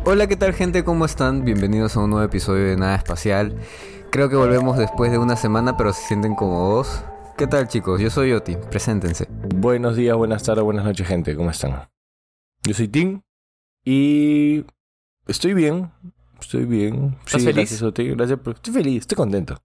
Hola, ¿qué tal, gente? ¿Cómo están? Bienvenidos a un nuevo episodio de Nada Espacial. Creo que volvemos después de una semana, pero se sienten como dos. ¿Qué tal, chicos? Yo soy Oti, preséntense. Buenos días, buenas tardes, buenas noches, gente. ¿Cómo están? Yo soy Tim y estoy bien. Estoy bien. ¿Estás feliz? Gracias, Oti. Gracias por... Estoy feliz, estoy contento.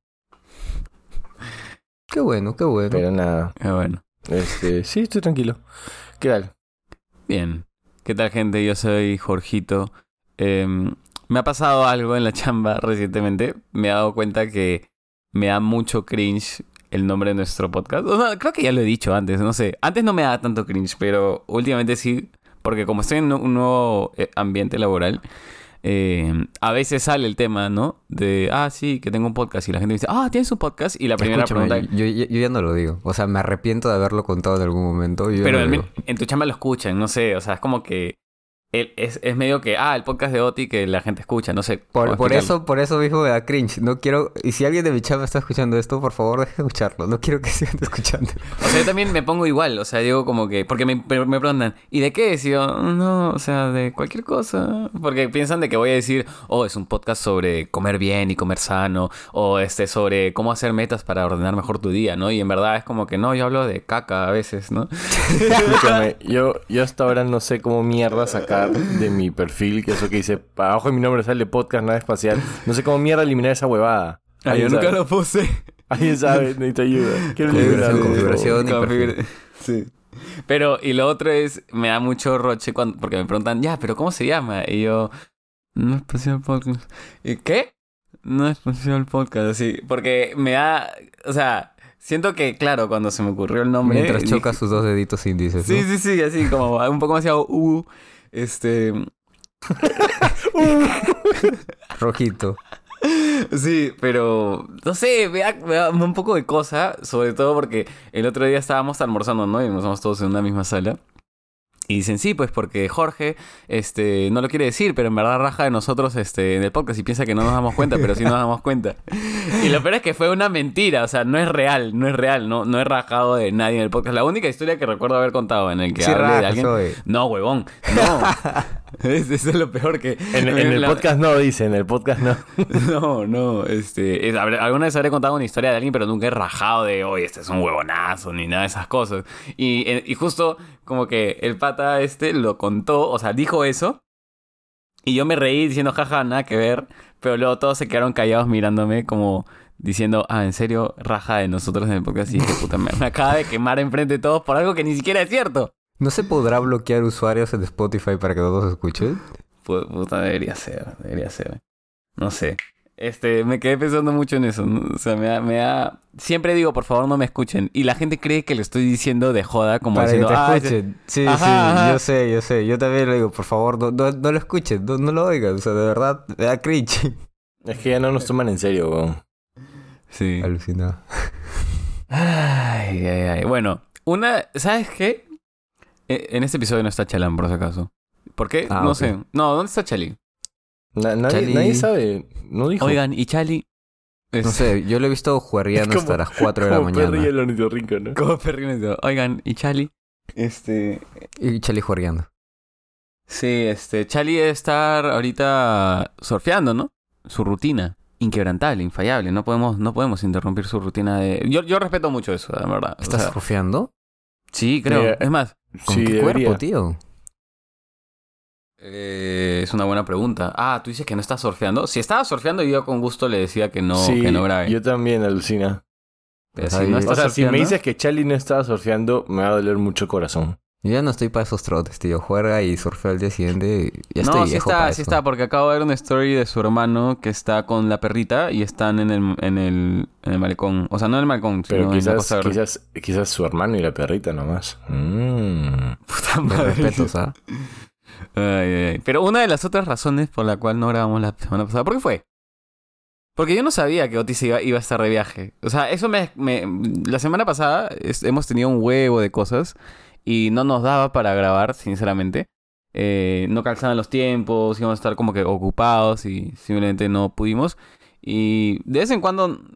Qué bueno, qué bueno. Pero nada. Ah, bueno. Sí, estoy tranquilo. ¿Qué tal? Bien. ¿Qué tal, gente? Yo soy Jorgito. Me ha pasado algo en la chamba recientemente. Me he dado cuenta que me da mucho cringe el nombre de nuestro podcast. O sea, creo que ya lo he dicho antes, no sé. Antes no me da tanto cringe, pero últimamente sí. Porque como estoy en un nuevo ambiente laboral, a veces sale el tema, ¿no? De, sí, que tengo un podcast. Y la gente me dice, ¿tienes un podcast? Y la primera Escúchame, pregunta... yo ya no lo digo. O sea, me arrepiento de haberlo contado en algún momento. Pero en tu chamba lo escuchan, no sé. O sea, es como que... Es medio que, el podcast de Oti que la gente escucha, no sé. Por eso mismo me da cringe. No quiero... Y si alguien de mi chamba está escuchando esto, por favor, deje de escucharlo. No quiero que sigan escuchando. O sea, yo también me pongo igual. O sea, digo como que... Porque me preguntan, ¿y de qué? Y yo, no, o sea, de cualquier cosa. Porque piensan de que voy a decir, es un podcast sobre comer bien y comer sano. O sobre cómo hacer metas para ordenar mejor tu día, ¿no? Y en verdad es como que no, yo hablo de caca a veces, ¿no? Escúchame, yo hasta ahora no sé cómo mierda sacar de mi perfil, que eso que dice, abajo de mi nombre sale podcast Nada Espacial. No sé cómo mierda eliminar esa huevada. Yo nunca lo puse. Alguien sabe, necesito ayuda. Quiero liberarlo. Configuración y perfil. Sí. Pero, y lo otro es, me da mucho roche porque me preguntan, pero ¿cómo se llama? Y yo, No Espacial Podcast. ¿Y qué? No Espacial Podcast, así. Porque me da, o sea, siento que, claro, cuando se me ocurrió el nombre... Mientras choca sus dos deditos índices, ¿no? Sí, así como un poco más Rojito. Sí, pero no sé, me da un poco de cosa, sobre todo porque el otro día estábamos almorzando, ¿no? Y nos vamos todos en una misma sala. Y dicen, sí, pues porque Jorge no lo quiere decir, pero en verdad raja de nosotros en el podcast y piensa que no nos damos cuenta, pero sí nos damos cuenta. Y lo peor es que fue una mentira, o sea, no es real, no he rajado de nadie en el podcast. La única historia que recuerdo haber contado en el que hablé de alguien... No, huevón, no. Eso es lo peor que... En el podcast no, dice, en el podcast no. No, alguna vez habré contado una historia de alguien, pero nunca he rajado de, oye, este es un huevonazo, ni nada de esas cosas. Y justo como que el pata lo contó, o sea, dijo eso, y yo me reí diciendo, jaja, nada que ver, pero luego todos se quedaron callados mirándome como diciendo, ¿en serio raja de nosotros en el podcast? Y dije, puta, me acaba de quemar enfrente de todos por algo que ni siquiera es cierto. ¿No se podrá bloquear usuarios en Spotify para que todos escuchen? Puta, debería ser. No sé. Me quedé pensando mucho en eso, ¿no? O sea, me da... Siempre digo, por favor, no me escuchen. Y la gente cree que lo estoy diciendo de joda, como para diciendo... que te escuchen. Sí, ajá. Yo sé. Yo también lo digo, por favor, no lo escuchen, no lo oigan. O sea, de verdad, me da cringe. Es que ya no nos toman en serio, weón. Sí. Alucinado. Ay. Bueno, ¿sabes qué? En este episodio no está Chalán, por si acaso. ¿Por qué? No sé. No, ¿dónde está Chali? Nadie sabe. No dijo. Oigan, ¿y Chali? No sé, yo lo he visto juerreando hasta las 4 de la mañana. Como Perry el ornitorrinco, ¿no? Como Perry el ornitorrinco. Oigan, ¿y Chali? Y Chali juerreando. Sí, Chali debe estar ahorita surfeando, ¿no? Su rutina. Inquebrantable, infallable. No podemos interrumpir su rutina de... Yo respeto mucho eso, la verdad. ¿Estás surfeando? Sí, creo. Es más... ¿Con qué cuerpo, tío? Es una buena pregunta. Tú dices que no estás surfeando. Si estaba surfeando, yo con gusto le decía que no, sí, que no grabe. Yo también, alucina. Pero si no estás surfeando... si me dices que Charlie no estaba surfeando, me va a doler mucho el corazón. Yo ya no estoy para esos trotes, tío. Juega y surfea al día siguiente. Ya estoy viejo para eso. Sí está, porque acabo de ver una story de su hermano que está con la perrita y están en el malecón. O sea, no en el malecón, pero sino quizás, en la Costa quizás su hermano y la perrita nomás. Puta madre. De respeto, ¿sabes? Ay. Pero una de las otras razones por la cual no grabamos la semana pasada, ¿por qué fue? Porque yo no sabía que Otis iba a estar de viaje. O sea, eso la semana pasada hemos tenido un huevo de cosas y no nos daba para grabar, sinceramente. No calzaban los tiempos, íbamos a estar como que ocupados y simplemente no pudimos. Y de vez en cuando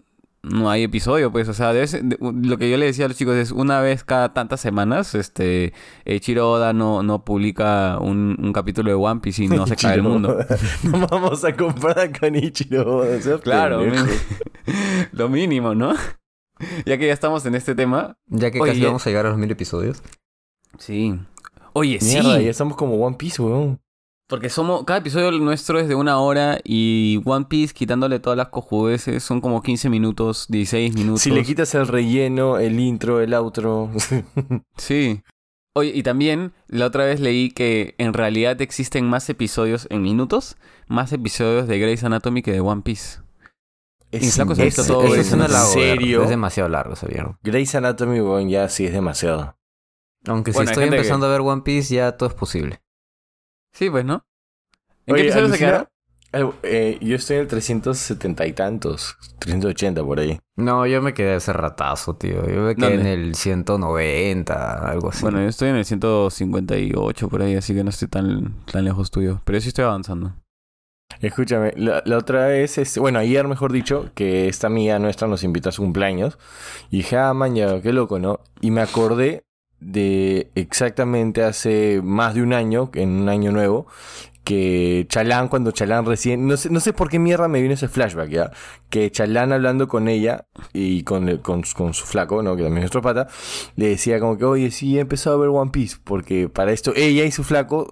no hay episodio, pues. O sea, lo que yo le decía a los chicos es una vez cada tantas semanas, Eiichiro Oda no publica un capítulo de One Piece y no se cae el mundo. No vamos a comparar con Ichiro Oda, seas Claro, pendejo. lo mínimo, ¿no? Ya que ya estamos en este tema. Ya que Oye, casi vamos a llegar a los 1000 episodios. Sí. Oye, Mierda, sí. ya estamos como One Piece, weón. Porque cada episodio nuestro es de 1 hora y One Piece, quitándole todas las cojudeces, son como 15 minutos, 16 minutos. Si le quitas el relleno, el intro, el outro. Sí. Oye, y también la otra vez leí que en realidad existen más episodios en minutos, más episodios de Grey's Anatomy que de One Piece. Y flaco se ha visto todo Eso eso. suena largo, serio. es demasiado largo, se vieron. Grey's Anatomy, weón, ya sí es demasiado. Aunque si Bueno, hay estoy gente empezando a ver One Piece, ya todo es posible. Sí, pues, ¿no? ¿En Oye, qué episodio se alucina- quedaron? Yo estoy en el 370 y tantos. 380 por ahí. No, yo me quedé hace ratazo, tío. Yo me quedé en ¿Dónde? el 190, algo así. Bueno, yo estoy en el 158 por ahí, así que no estoy tan lejos tuyo. Pero sí estoy avanzando. Escúchame, la otra vez, bueno, ayer mejor dicho, que esta amiga nuestra nos invitó a su cumpleaños. Y dije, man, ya, qué loco, ¿no? Y me acordé de exactamente hace más de un año, en un año nuevo, que Chalán, cuando Chalán recién, no sé por qué mierda me vino ese flashback, ¿ya? Que Chalán hablando con ella y con su flaco, ¿no? Que también es nuestro pata, le decía como que, oye, sí, he empezado a ver One Piece, porque para esto ella y su flaco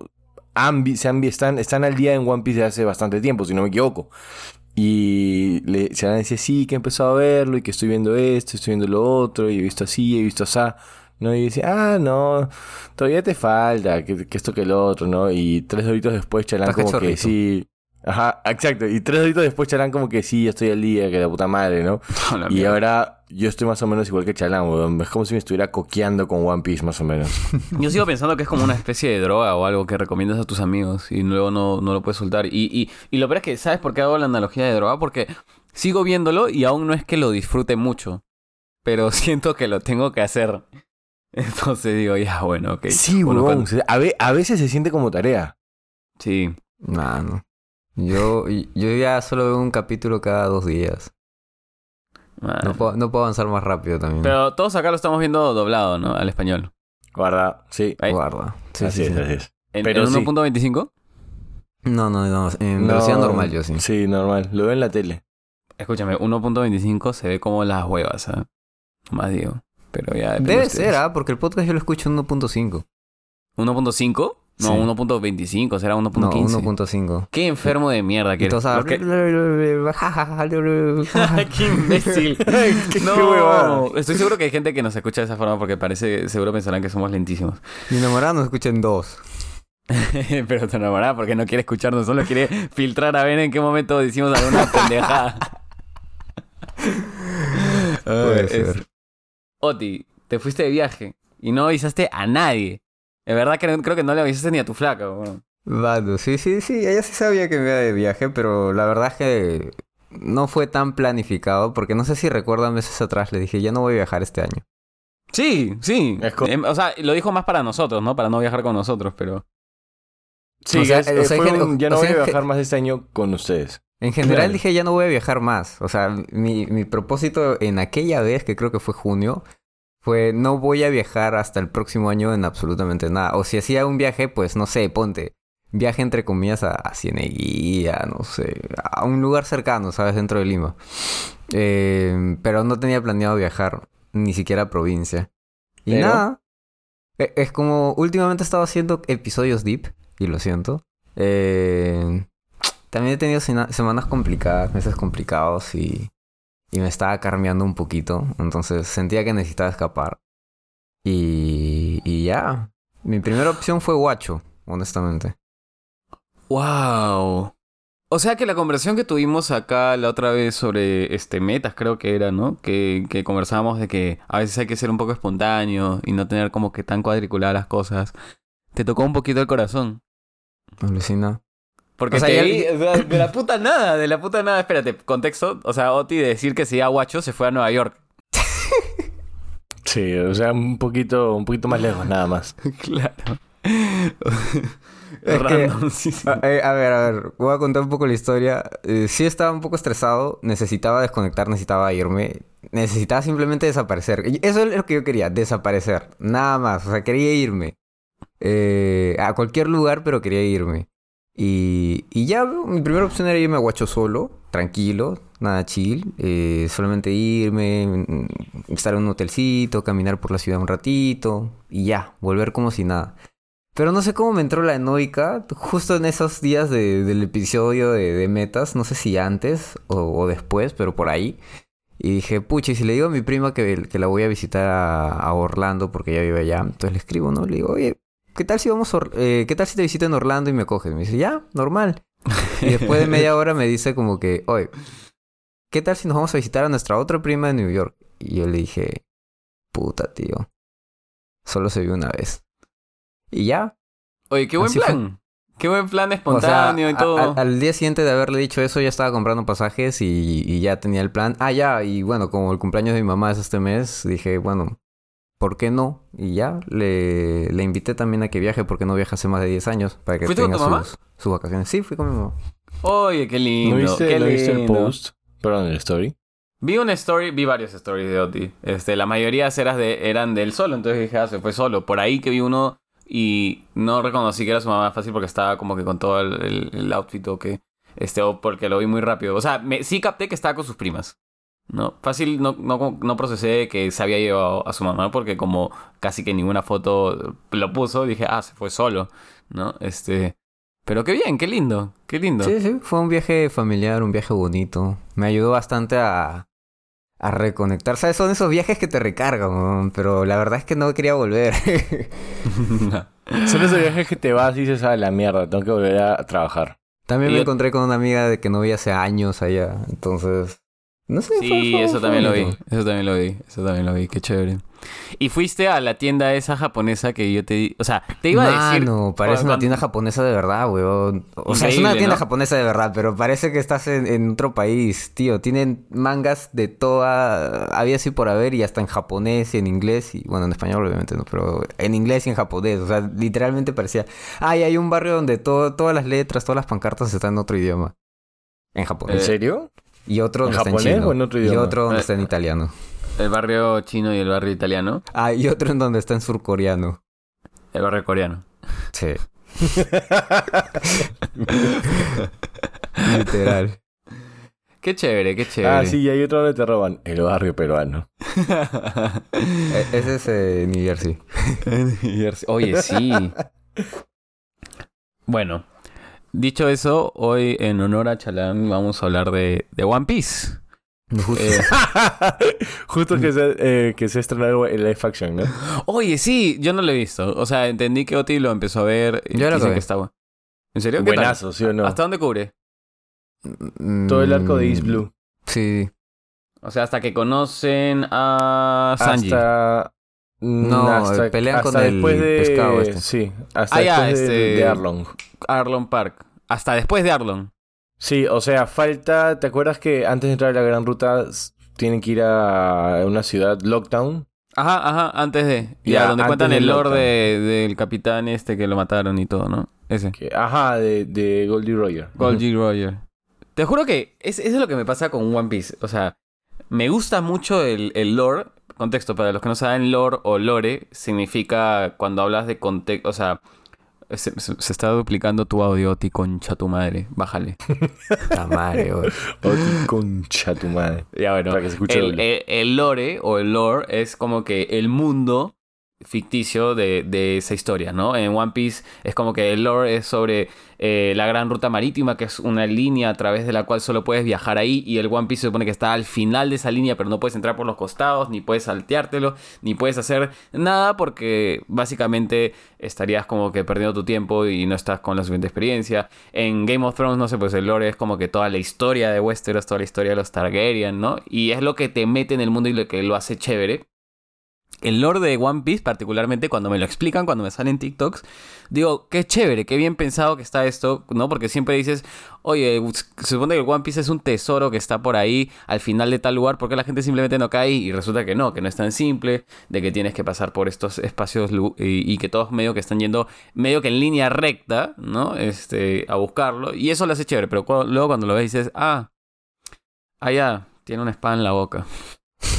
están al día en One Piece de hace bastante tiempo, si no me equivoco. Y Chalán decía, sí, que he empezado a verlo y que estoy viendo esto, estoy viendo lo otro, y he visto así, he visto así. ¿No? Y decía, no, todavía te falta, que esto que lo otro, ¿no? Y 3 horitos después Chalán Estás como que cachorrito. sí. Ajá, exacto. Y 3 horitos después Chalán como que sí, ya estoy al día, que la puta madre, ¿no? La Y mierda. ahora yo estoy más o menos igual que Chalán, weón. Es como si me estuviera coqueando con One Piece, más o menos. Yo sigo pensando que es como una especie de droga o algo que recomiendas a tus amigos y luego no lo puedes soltar. Y lo peor es que, ¿sabes por qué hago la analogía de droga? Porque sigo viéndolo y aún no es que lo disfrute mucho, pero siento que lo tengo que hacer. Entonces digo, ya, bueno, ok. Sí, Bueno, weón. A veces se siente como tarea. Sí. Mano. Yo ya solo veo un capítulo cada 2 días. Bueno. No puedo avanzar más rápido también. Pero todos acá lo estamos viendo doblado, ¿no? Al español. Guarda, sí. Ahí. Guarda. Sí, Así sí, es, sí. así es. ¿En, Pero en sí. No. 1.25? En velocidad normal yo sí. Sí, normal. Lo veo en la tele. Escúchame, 1.25 se ve como las huevas, ¿ah? Más digo. Pero ya depende de Debe ustedes. ser, ¿ah? Porque el podcast yo lo escucho en 1.5. ¿1.5? No, Sí. 1.25, será No, 1.15. 1.5. Qué enfermo de mierda que Y todos eres. hablan- ¡Qué imbécil! Qué No, huevada. estoy seguro que hay gente que nos escucha de esa forma porque seguro pensarán que somos lentísimos. Mi enamorada nos escucha en 2. Pero tu enamorada porque no quiere escucharnos, solo quiere filtrar a ver en qué momento decimos alguna pendejada. Puede ser. Oti, te fuiste de viaje y no avisaste a nadie. De verdad que creo que no le avisaste ni a tu flaca. Bueno. Vado, sí, ella sí sabía que me iba de viaje, pero la verdad es que no fue tan planificado, porque no sé si recuerdan meses atrás, le dije, ya no voy a viajar este año. Sí. Es O sea, lo dijo más para nosotros, ¿no? Para no viajar con nosotros, pero... Sí, O sea, fue ya no voy a que- viajar más este año con ustedes. En general Claro. dije, ya no voy a viajar más. O sea, mi propósito en aquella vez, que creo que fue junio, fue no voy a viajar hasta el próximo año en absolutamente nada. O si hacía un viaje, pues no sé, ponte. Viaje entre comillas a Cieneguía, no sé, a un lugar cercano, ¿sabes? Dentro de Lima. Pero no tenía planeado viajar, ni siquiera a provincia. Y Pero- nada. Es como, últimamente he estado haciendo episodios deep, y lo siento. También he tenido semanas complicadas, meses complicados y me estaba carmeando un poquito. Entonces sentía que necesitaba escapar. Y ya. Mi primera opción fue Huacho, honestamente. ¡Wow! O sea que la conversación que tuvimos acá la otra vez sobre metas, creo que era, ¿no? Que conversábamos de que a veces hay que ser un poco espontáneo y no tener como que tan cuadriculadas las cosas. Te tocó un poquito el corazón. Alucina. Porque O sea, te ya- vi, o sea, de la puta nada. Espérate, contexto. O sea, Oti de decir que se iba a Guacho se fue a Nueva York. Sí, o sea, un poquito más lejos, nada más. Claro. Es que- Randomísimo. A ver, voy a contar un poco la historia. Sí estaba un poco estresado, necesitaba desconectar, necesitaba irme. necesitaba simplemente desaparecer. Y eso es lo que yo quería, desaparecer. Nada más. O sea, quería irme. A cualquier lugar, pero quería irme. Y ya, mi primera opción era irme a Huacho solo, tranquilo, nada chill. Solamente irme, estar en un hotelcito, caminar por la ciudad un ratito y ya, volver como si nada. Pero no sé cómo me entró la noica, justo en esos días del episodio de Metas, no sé si antes o después, pero por ahí. Y dije, pucha, y si le digo a mi prima que la voy a visitar a Orlando porque ella vive allá, entonces le escribo, ¿no? Le digo, oye, ¿qué tal si qué tal si te visito en Orlando y me coges? Me dice, ya, normal. Y después de media hora me dice como que, oye, ¿qué tal si nos vamos a visitar a nuestra otra prima de New York? Y yo le dije, puta, tío, solo se vio una vez. Y ya. Oye, qué buen Así plan. Qué buen plan O sea, espontáneo y todo. al día siguiente de haberle dicho eso, ya estaba comprando pasajes y ya tenía el plan. Ah, ya, y bueno, como el cumpleaños de mi mamá es este mes, dije, bueno, ¿por qué no? Y ya, le invité también a que viaje porque no viaja hace más de 10 años para que ¿Fuiste con tenga tu mamá? sus vacaciones. Sí, fui con mi mamá. Oye, qué lindo. Qué ¿No viste el lindo. post? Perdón, el story. Vi varias stories de Oti. La mayoría eran de él solo, entonces dije, se fue solo. Por ahí que vi uno y no reconocí que era su mamá fácil porque estaba como que con todo el outfit o que, o porque lo vi muy rápido. O sea, sí capté que estaba con sus primas. No, fácil, no procesé que se había llevado a su mamá porque como casi que ninguna foto lo puso, dije, se fue solo, ¿no? Pero qué bien, qué lindo, qué lindo. Sí, sí, fue un viaje familiar, un viaje bonito. Me ayudó bastante a reconectar. ¿Sabes? Son esos viajes que te recargan, ¿no? Pero la verdad es que no quería volver. Son esos viajes que te vas y dices, la mierda, tengo que volver a trabajar. También Y me yo- encontré con una amiga de que no vi hace años allá. Entonces, no sé. Sí, eso fue también lo vi, bonito. eso también lo vi, qué chévere. Y fuiste a la tienda esa japonesa que yo te di, o sea, te iba a decir... Mano, parece una cuando- tienda japonesa de verdad, weón. O sea, es una Increíble, tienda ¿no? japonesa de verdad, pero parece que estás en otro país, tío. Tienen mangas de toda... Había así por haber y hasta en japonés y en inglés. Y bueno, en español obviamente no, pero en inglés y en japonés. O sea, literalmente parecía... y hay un barrio donde todas las letras, todas las pancartas están en otro idioma. En japonés. ¿En serio? Y otro ¿En donde está en japonés chino. o en otro Y idioma? otro donde está en italiano. El barrio chino y el barrio italiano, Y otro en donde está en surcoreano. el barrio coreano. Sí. Literal. Qué chévere, qué chévere. Sí, y hay otro donde te roban. El barrio peruano. Ese es New Jersey. Oye, sí. Bueno, dicho eso, hoy en honor a Chalán vamos a hablar de One Piece. Justo que se estrenó el live action, ¿no? Oye, sí, yo no lo he visto. O sea, entendí que Oti lo empezó a ver y Yo lo dicen acabé. que está bueno. ¿En serio? ¿Qué tal? Buenazo, ¿sí o no? ¿Hasta dónde cubre? Todo el arco de East Blue. Sí. O sea, hasta que conocen a Sanji. No, pelean con el después de... pescado este. Sí, hasta ya, después de Arlong. Arlong Park. Hasta después de Arlong. Sí, o sea, falta... ¿Te acuerdas que antes de entrar a la gran ruta tienen que ir a una ciudad, Lockdown? Ajá, antes de. Ya, Ya, donde antes cuentan del el lore lockdown. del capitán que lo mataron y todo, ¿no? Ese. De Goldie Roger. Goldie Roger. Te juro que eso es lo que me pasa con One Piece. O sea, me gusta mucho el lore. Contexto, para los que no saben, lore o lore significa cuando hablas de contexto. O sea, se está duplicando tu audio, Oti, concha tu madre. Bájale. La madre, güey. Oh, concha tu madre. Ya bueno. Para que se escuche doble. El lore o el lore es como que el mundo ficticio de esa historia, ¿no? En One Piece es como que el lore es sobre la gran ruta marítima, que es una línea a través de la cual solo puedes viajar ahí, y el One Piece se supone que está al final de esa línea, pero no puedes entrar por los costados, ni puedes salteártelo, ni puedes hacer nada porque básicamente estarías como que perdiendo tu tiempo y no estás con la suficiente experiencia. En Game of Thrones, no sé, pues el lore es como que toda la historia de Westeros, toda la historia de los Targaryen, ¿no? Y es lo que te mete en el mundo y lo que lo hace chévere. El lore de One Piece, particularmente cuando me lo explican, cuando me salen TikToks, digo, qué chévere, qué bien pensado que está esto, ¿no? Porque siempre dices, oye, se supone que el One Piece es un tesoro que está por ahí al final de tal lugar, porque la gente simplemente no cae, y resulta que no es tan simple, de que tienes que pasar por estos espacios y que todos medio que están yendo medio que en línea recta, ¿no? A buscarlo, y eso lo hace chévere, pero luego cuando lo ves dices, ya, tiene una espada en la boca.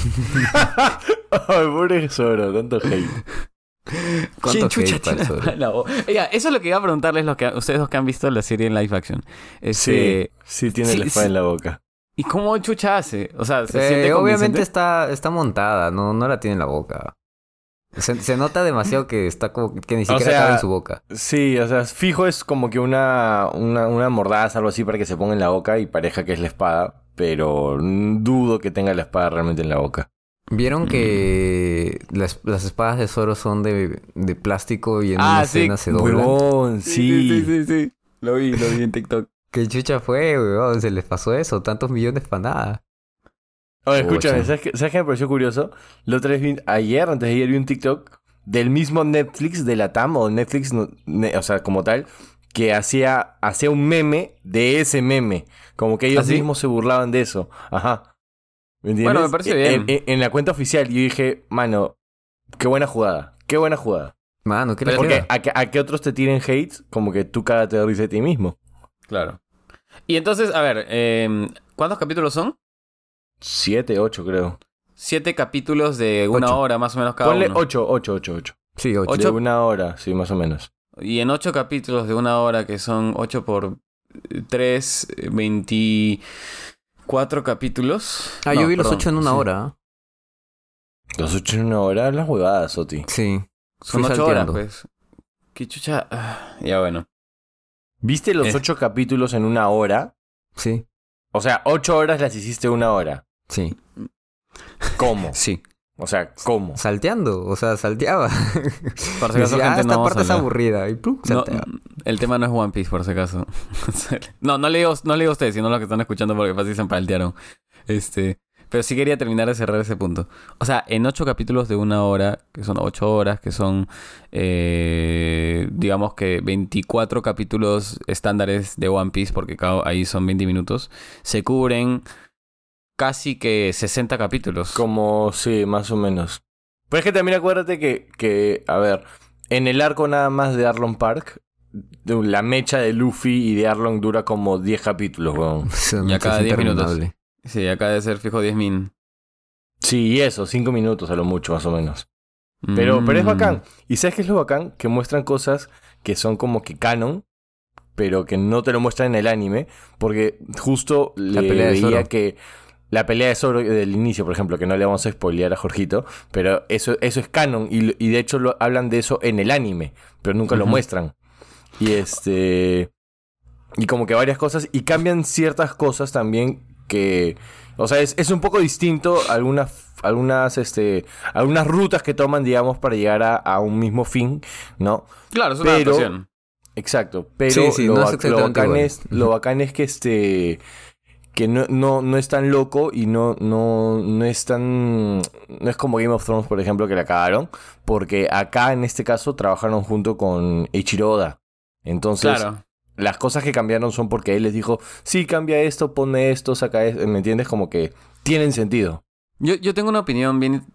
Ay, pobre Zoro, tanto hate. ¿Quién ¿Cuánto chucha hate para el tiene la Zoro? espada en la boca? Ya, eso es lo que iba a preguntarles ustedes dos que han visto la serie en live action. Sí, tiene sí, la espada sí. en la boca. ¿Y cómo chucha hace? O sea, ¿se siente Obviamente convincente? está montada, no la tiene en la boca. Se nota demasiado que está como que ni siquiera sea, cabe en su boca. Sí, o sea, fijo es como que una mordaza, algo así para que se ponga en la boca y parezca que es la espada, pero dudo que tenga la espada realmente en la boca. ¿Vieron que las espadas de Zoro son de plástico y en una Sí. escena se doblan? Huevón, sí. Sí. Lo vi en TikTok. ¿Qué chucha fue, weón? Se les pasó eso, tantos millones para nada. Oye, escúchame, Pucha. ¿sabes qué me pareció curioso? La otra vez antes de ayer vi un TikTok del mismo Netflix de la TAM o Netflix, o sea, como tal, que hacía un meme de ese meme. Como que ellos ¿Ah, sí? mismos se burlaban de eso. Ajá. ¿Me entiendes? Bueno, me parece bien. En la cuenta oficial yo dije, mano, qué buena jugada. Qué buena jugada. Mano, ¿qué Pero le Porque queda? a que otros te tiren hate, como que tú cágate de risa de ti mismo. Claro. Y entonces, a ver, ¿cuántos capítulos son? 7, 8 creo. 7 capítulos de una 8. hora más o menos cada Ponle uno. 8. Sí, 8. De una hora, sí, más o menos. Y en 8 capítulos de una hora, que son 8 por 3, 24 capítulos. Ah, No, yo vi los perdón, 8 en una sí. hora. Los 8 en una hora, las huevadas, Soti. Sí. Son Fui 8 horas, salteando. pues. Qué chucha. Ya bueno. ¿Viste los 8 capítulos en una hora? Sí, O sea, 8 horas las hiciste una hora. sí, ¿Cómo? sí. O sea, ¿cómo? Salteando, o sea, salteaba. Por si acaso, Decía, gente, no esta vamos parte a es hablar. aburrida. Y plum, No, salteaba. el tema no es One Piece, por si acaso. No le digo a ustedes, sino a los que están escuchando porque fácil se paltearon. Pero sí quería terminar de cerrar ese punto. O sea, en 8 capítulos de una hora, que son 8 horas, que son, digamos que 24 capítulos estándares de One Piece, porque ahí son 20 minutos, se cubren casi que 60 capítulos. Como, sí, más o menos. Pero es que también acuérdate que, a ver, en el arco nada más de Arlong Park, la mecha de Luffy y de Arlong dura como 10 capítulos, weón. Ya cada 10 minutos. Interminable. Sí, acaba de ser fijo 10 min. Sí, y eso, 5 minutos a lo mucho, más o menos. Pero es bacán. ¿Y sabes qué es lo bacán? Que muestran cosas que son como que canon, pero que no te lo muestran en el anime. Porque justo La le pelea de veía Zoro. que la pelea de Zoro del inicio, por ejemplo, que no le vamos a spoilear a Jorgito, pero eso es canon. Y de hecho hablan de eso en el anime, pero nunca lo Ujú. muestran. Y y como que varias cosas. Y cambian ciertas cosas también que... O sea, es un poco distinto algunas rutas que toman, digamos, para llegar a un mismo fin, ¿no? Claro, es una Pero- adaptación. Exacto. Pero Sí, sí, no es lo exactamente bacán igual. lo bacán es que no es tan loco y no es tan... No es como Game of Thrones, por ejemplo, que la cagaron. Porque acá, en este caso, trabajaron junto con Eiichiro Oda. Entonces, Claro. las cosas que cambiaron son porque él les dijo, sí, cambia esto, pone esto, saca esto. ¿Me entiendes? Como que tienen sentido. Yo tengo una opinión bien,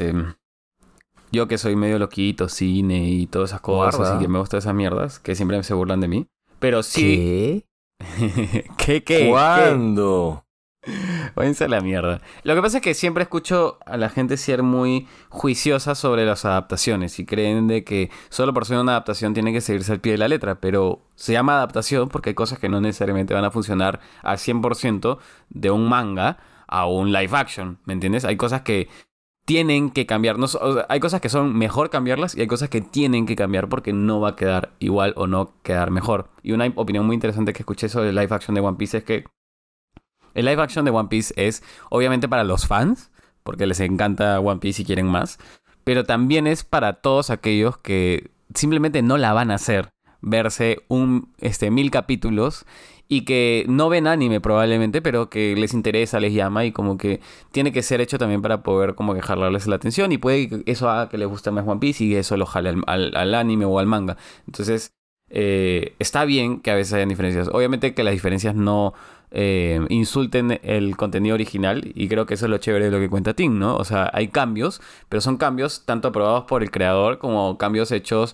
yo que soy medio loquito, cine y todas esas cosas, Guarda. y que me gustan esas mierdas, que siempre se burlan de mí. Pero sí... ¿Qué? ¿Qué? ¿Cuándo? Váyanse a la mierda. Lo que pasa es que siempre escucho a la gente ser muy juiciosa sobre las adaptaciones y creen de que solo por ser una adaptación tiene que seguirse al pie de la letra, pero se llama adaptación porque hay cosas que no necesariamente van a funcionar al 100% de un manga a un live action, ¿me entiendes? Hay cosas que tienen que cambiar, o sea, hay cosas que son mejor cambiarlas y hay cosas que tienen que cambiar porque no va a quedar igual o no quedar mejor. Y una opinión muy interesante que escuché sobre el live action de One Piece es que el live action de One Piece es obviamente para los fans, porque les encanta One Piece y quieren más, pero también es para todos aquellos que simplemente no la van a hacer, verse 1000 capítulos y que no ven anime probablemente, pero que les interesa, les llama y como que tiene que ser hecho también para poder como que jalarles la atención y puede que eso haga que les guste más One Piece y eso lo jale al anime o al manga. Entonces, está bien que a veces hayan diferencias. Obviamente que las diferencias no insulten el contenido original y creo que eso es lo chévere de lo que cuenta Tim, ¿no? O sea, hay cambios, pero son cambios tanto aprobados por el creador como cambios hechos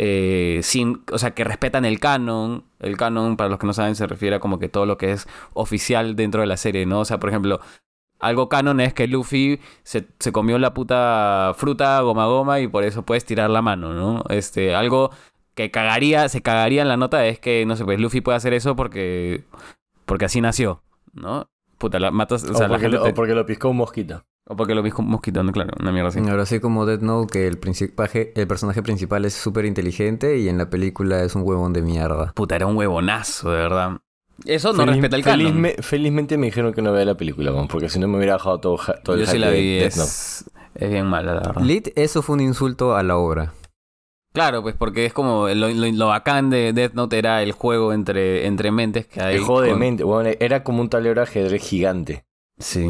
o sea, que respetan el canon. El canon, para los que no saben, se refiere a como que todo lo que es oficial dentro de la serie, ¿no? O sea, por ejemplo, algo canon es que Luffy se comió la puta fruta goma goma y por eso puedes tirar la mano, ¿no? Algo que se cagaría en la nota es que, no sé, pues Luffy puede hacer eso porque así nació, ¿no? Puta, la matas, o sea, o porque lo piscó un mosquito. O porque lo vi con mosquito, ¿no? Claro, una mierda así. Ahora sí, como Death Note, que el personaje principal es súper inteligente y en la película es un huevón de mierda. Puta, era un huevonazo, de verdad. Eso no respeta el canon. Felizmente me dijeron que no vea la película, man, porque si no me hubiera bajado todo el Yo sí hype la vi, de Death Note. es bien mala, la verdad. Lit, eso fue un insulto a la obra. Claro, pues porque es como lo bacán de Death Note era el juego entre mentes que hay. El juego de mente, bueno, era como un tablero de ajedrez gigante. Sí.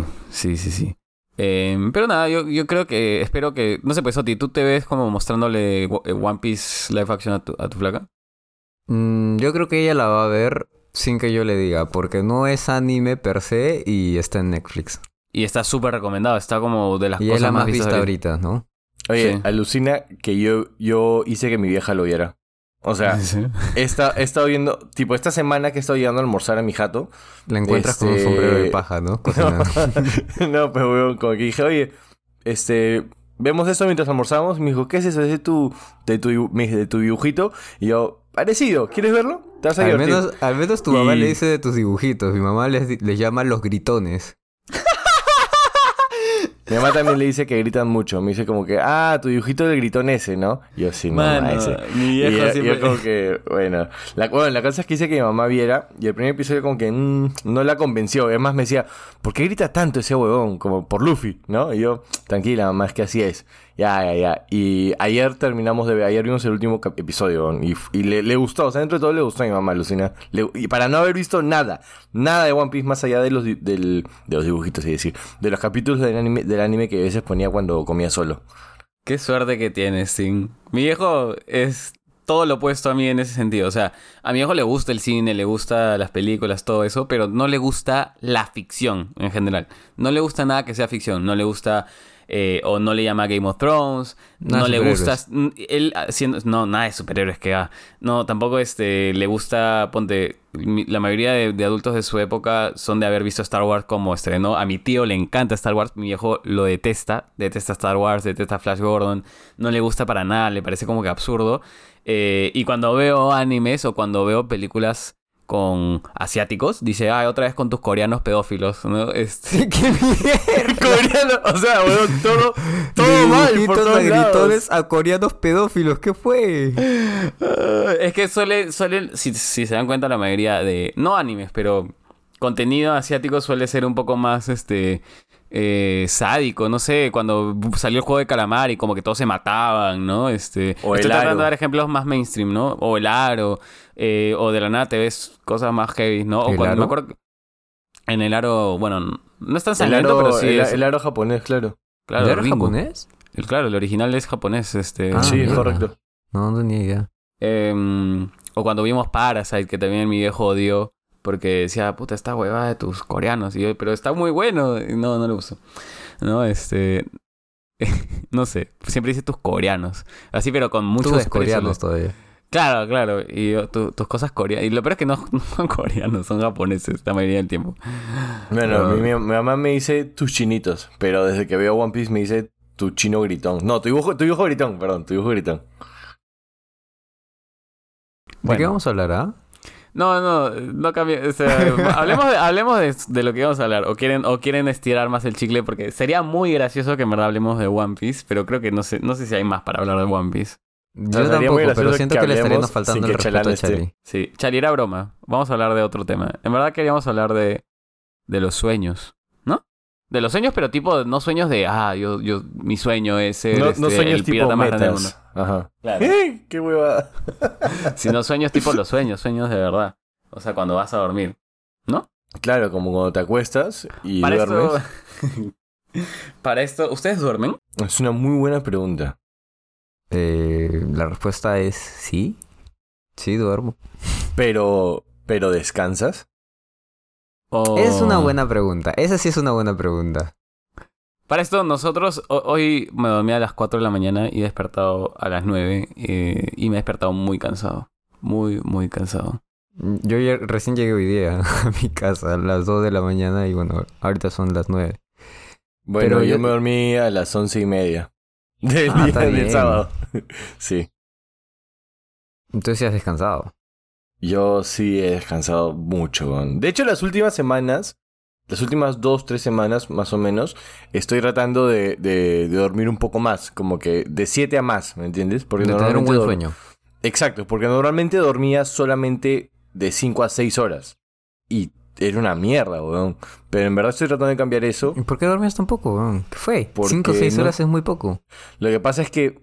Pero nada, yo creo que, espero que, no sé, pues Oti, ¿tú te ves como mostrándole One Piece live action a tu flaca? Yo creo que ella la va a ver sin que yo le diga, porque no es anime per se y está en Netflix. Y está súper recomendado, está como de las y cosas es la más vistas vista ahorita, ¿no? Oye, Sí. alucina que yo hice que mi vieja lo viera. O sea, Sí. he estado viendo, tipo, esta semana que he estado llegando a almorzar a mi jato. La encuentras con un sombrero de paja, ¿no? Cocinando. No, pero weón, como que dije, oye, vemos esto mientras almorzamos. Me dijo, ¿qué es eso? ¿Es de tu dibujito? Y yo, parecido, ¿quieres verlo? ¿Te vas a divertir? Al menos tu mamá le dice de tus dibujitos. Mi mamá les llama los gritones. Mi mamá también le dice que gritan mucho. Me dice como que, tu dibujito del gritón ese, ¿no? Y yo, sí, mamá, Mano, ese. mi viejo siempre... yo como que, bueno. La cosa es que hice que mi mamá viera. Y el primer episodio como que no la convenció. Además me decía, ¿por qué grita tanto ese huevón? Como por Luffy, ¿no? Y yo, tranquila, mamá, es que así es. Ya. Y ayer vimos el último episodio. Y le gustó, o sea, dentro de todo le gustó a mi mamá, Lucina. Y para no haber visto nada de One Piece más allá de los dibujitos, es decir, de los capítulos del anime que a veces ponía cuando comía solo. Qué suerte que tienes, Sin. Mi viejo es todo lo opuesto a mí en ese sentido. O sea, a mi viejo le gusta el cine, le gusta las películas, todo eso, pero no le gusta la ficción en general. No le gusta nada que sea ficción. No le gusta... o no le llama Game of Thrones, no le gusta él haciendo, no, nada de superhéroes que no, tampoco le gusta, ponte, la mayoría de adultos de su época son de haber visto Star Wars como estrenó. A mi tío le encanta Star Wars, mi viejo lo detesta Star Wars, detesta Flash Gordon, no le gusta para nada, le parece como que absurdo. Y cuando veo animes o cuando veo películas con asiáticos, dice, otra vez con tus coreanos pedófilos, ¿no? ¡Qué mierda! Coreano, o sea, weón, todo mal por todos a gritones lados. a coreanos pedófilos, ¿qué fue? Es que suelen, si se dan cuenta, la mayoría de, no animes, pero contenido asiático suele ser un poco más, sádico, no sé, cuando salió el juego de calamar y como que todos se mataban, ¿no? Estoy tratando de dar ejemplos más mainstream, ¿no? O el aro, o de la nada te ves cosas más heavy, ¿no? O cuando me acuerdo que en el aro, bueno, no es tan sangriento, pero sí el aro japonés, claro. Claro, ¿El aro Ringo. japonés? Claro, el original es japonés, sí, mierda. correcto. No tenía idea. O cuando vimos Parasite, que también mi viejo odió porque decía, puta, esta huevada de tus coreanos. Y yo, pero está muy bueno. Y no le gustó. No, no sé. Siempre dice tus coreanos. Así, pero con mucho Tus desprecio. coreanos todavía. Claro. Y yo, tus cosas coreanas. Y lo peor es que no son coreanos, son japoneses la mayoría del tiempo. Bueno, mi mamá me dice tus chinitos. Pero desde que veo One Piece me dice tu chino gritón. No, tu dibujo gritón, perdón, tu dibujo gritón. ¿De qué vamos a hablar, No cambie. O sea, hablemos de lo que vamos a hablar. O quieren estirar más el chicle, porque sería muy gracioso que en verdad hablemos de One Piece, pero creo que no sé si hay más para hablar de One Piece. Yo sería muy tampoco, pero gracioso siento que que le estaríamos hablemos faltando sin el que respeto a Chalán esté. Charlie. Sí, Chali, era broma. Vamos a hablar de otro tema. En verdad queríamos hablar de los sueños, ¿no? De los sueños, pero tipo, no sueños de, mi sueño es ser No sueños el tipo pirata más grande del mundo. metas. Ajá. Claro. ¡Qué huevada! Sino sueños tipo los sueños de verdad. O sea, cuando vas a dormir, ¿no? Claro, como cuando te acuestas y Para duermes. Para esto, ¿ustedes duermen? Es una muy buena pregunta. La respuesta es sí. Sí, duermo. Pero ¿descansas? O... Es una buena pregunta. Esa sí es una buena pregunta. Para esto, nosotros... Hoy me dormí a las 4 de la mañana y he despertado a las 9. Y me he despertado muy cansado. Muy, muy cansado. Yo recién llegué hoy día a mi casa a las 2 de la mañana y bueno, ahorita son las 9. Bueno, Pero yo yo- me dormí a las 11:30 del Ah, día está del bien. sábado. Sí, Entonces sí has descansado. yo sí he descansado mucho, weón. De hecho, las últimas semanas, las últimas 2, 3 semanas más o menos, estoy tratando de dormir un poco más, como que de 7 a más, ¿me entiendes? Porque De tener un normalmente buen sueño. Exacto, porque normalmente dormía solamente de 5 a 6 horas. Y era una mierda, weón. Pero en verdad estoy tratando de cambiar eso. ¿Y por qué dormías tan poco, weón? ¿Qué fue? Porque 5 o 6 no- horas es muy poco. Lo que pasa es que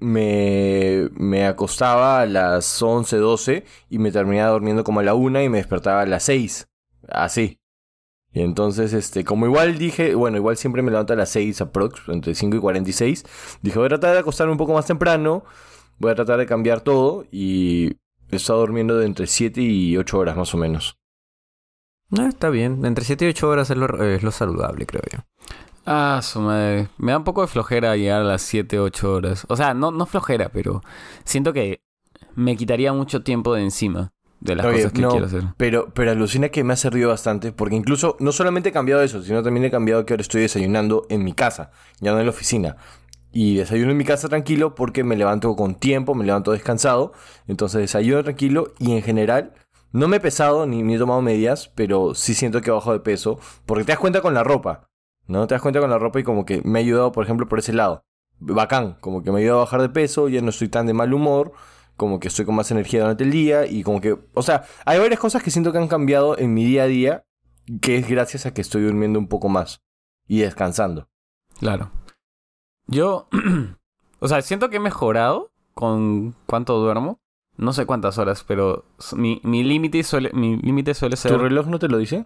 me acostaba a las 11, 12 y me terminaba durmiendo como a la 1 y me despertaba a las 6. Así. Y entonces, como igual dije, bueno, igual siempre me levanto a las 6 aprox, entre 5 y 46. Dije, voy a tratar de acostarme un poco más temprano. Voy a tratar de cambiar todo y he estado durmiendo de entre 7 y 8 horas más o menos. Está bien. Entre 7 y 8 horas es lo saludable, creo yo. Ah, su madre. Me da un poco de flojera llegar a las 7, 8 horas. O sea, no flojera, pero siento que me quitaría mucho tiempo de encima de las Oye, cosas que no, quiero hacer. pero alucina que me ha servido bastante porque incluso no solamente he cambiado eso, sino también he cambiado que ahora estoy desayunando en mi casa, ya no en la oficina. Y desayuno en mi casa tranquilo porque me levanto con tiempo, me levanto descansado. Entonces desayuno tranquilo y en general no me he pesado ni he tomado medidas, pero sí siento que bajo de peso porque te das cuenta con la ropa, ¿no? Te das cuenta con la ropa y como que me ha ayudado, por ejemplo, por ese lado. Bacán, como que me ha ayudado a bajar de peso, ya no estoy tan de mal humor, como que estoy con más energía durante el día y como que, o sea, hay varias cosas que siento que han cambiado en mi día a día, que es gracias a que estoy durmiendo un poco más y descansando. Claro. Yo, o sea, siento que he mejorado con cuánto duermo. No sé cuántas horas, pero mi límite suele ¿Tu ser... reloj no te lo dice?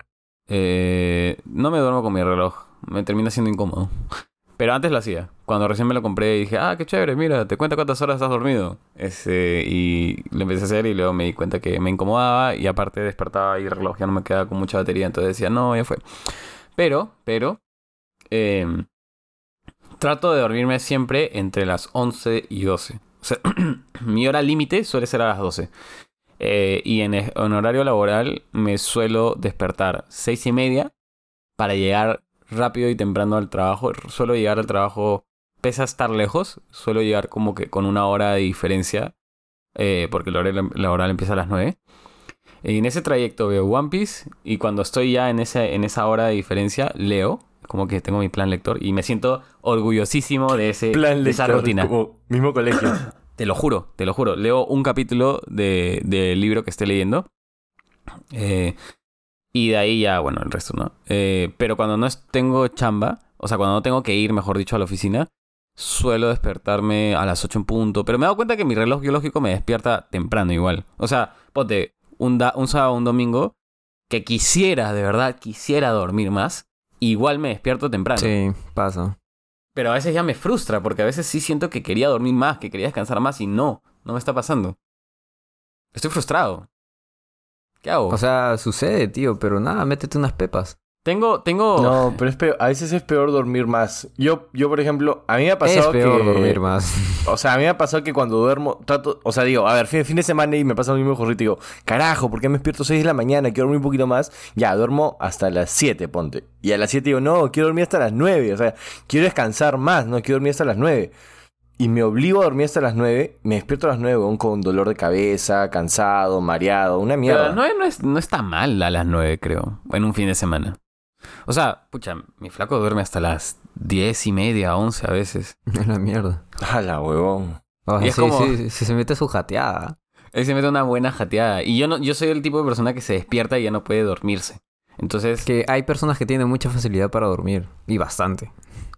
No me duermo con mi reloj. Me termina siendo incómodo. Pero antes lo hacía. Cuando recién me lo compré dije, ah, qué chévere, mira, te cuenta cuántas horas has dormido. Y lo empecé a hacer y luego me di cuenta que me incomodaba y aparte despertaba y el reloj ya no me quedaba con mucha batería. Entonces decía, no, ya fue. Pero, eh, trato de dormirme siempre entre las 11 y 12. O sea, mi hora límite suele ser a las 12. Y en horario laboral me suelo despertar 6:30 para llegar rápido y temprano al trabajo. Suelo llegar al trabajo, pese a estar lejos, suelo llegar como que con una hora de diferencia, porque el horario laboral empieza a las 9. Y en ese trayecto veo One Piece y cuando estoy ya en esa hora de diferencia, leo. Como que tengo mi plan lector y me siento orgullosísimo de esa lector, rutina. como mismo colegio. Te lo juro. Leo un capítulo del libro que esté leyendo. Y de ahí ya, bueno, el resto, ¿no? Pero cuando no tengo chamba, o sea, cuando no tengo que ir, mejor dicho, a la oficina, suelo despertarme a las 8 en punto. Pero me he dado cuenta que mi reloj biológico me despierta temprano igual. O sea, ponte, un sábado o un domingo que de verdad, quisiera dormir más, igual me despierto temprano. Sí, pasa. Pero a veces ya me frustra, porque a veces sí siento que quería dormir más, que quería descansar más y no me está pasando. Estoy frustrado. ¿Qué hago? O sea, sucede, tío, pero nada, métete unas pepas. Tengo... No, pero a veces es peor dormir más. Yo, por ejemplo, a mí me ha pasado Es peor que... dormir más. O sea, a mí me ha pasado que cuando duermo, trato... O sea, digo, a ver, fin de semana y me pasa lo mismo jorrito. Digo, carajo, ¿por qué me despierto 6 de la mañana? Quiero dormir un poquito más. Ya, duermo hasta las 7, ponte. Y a las 7 digo, no, quiero dormir hasta las 9. O sea, quiero descansar más, no quiero dormir hasta las 9. Y me obligo a dormir hasta las 9. Me despierto a las 9, weón, con dolor de cabeza, cansado, mareado, una Pero a mierda. las 9 no está mal a las 9, creo. En un fin de semana. O sea, pucha, mi flaco duerme hasta las 10:30, 11 a veces. Es la mierda. Jala, huevón. O Y sea, es sí, como- sí, sí, se mete su jateada. Él se mete una buena jateada. Y yo soy el tipo de persona que se despierta y ya no puede dormirse. Entonces... Que hay personas que tienen mucha facilidad para dormir. Y bastante.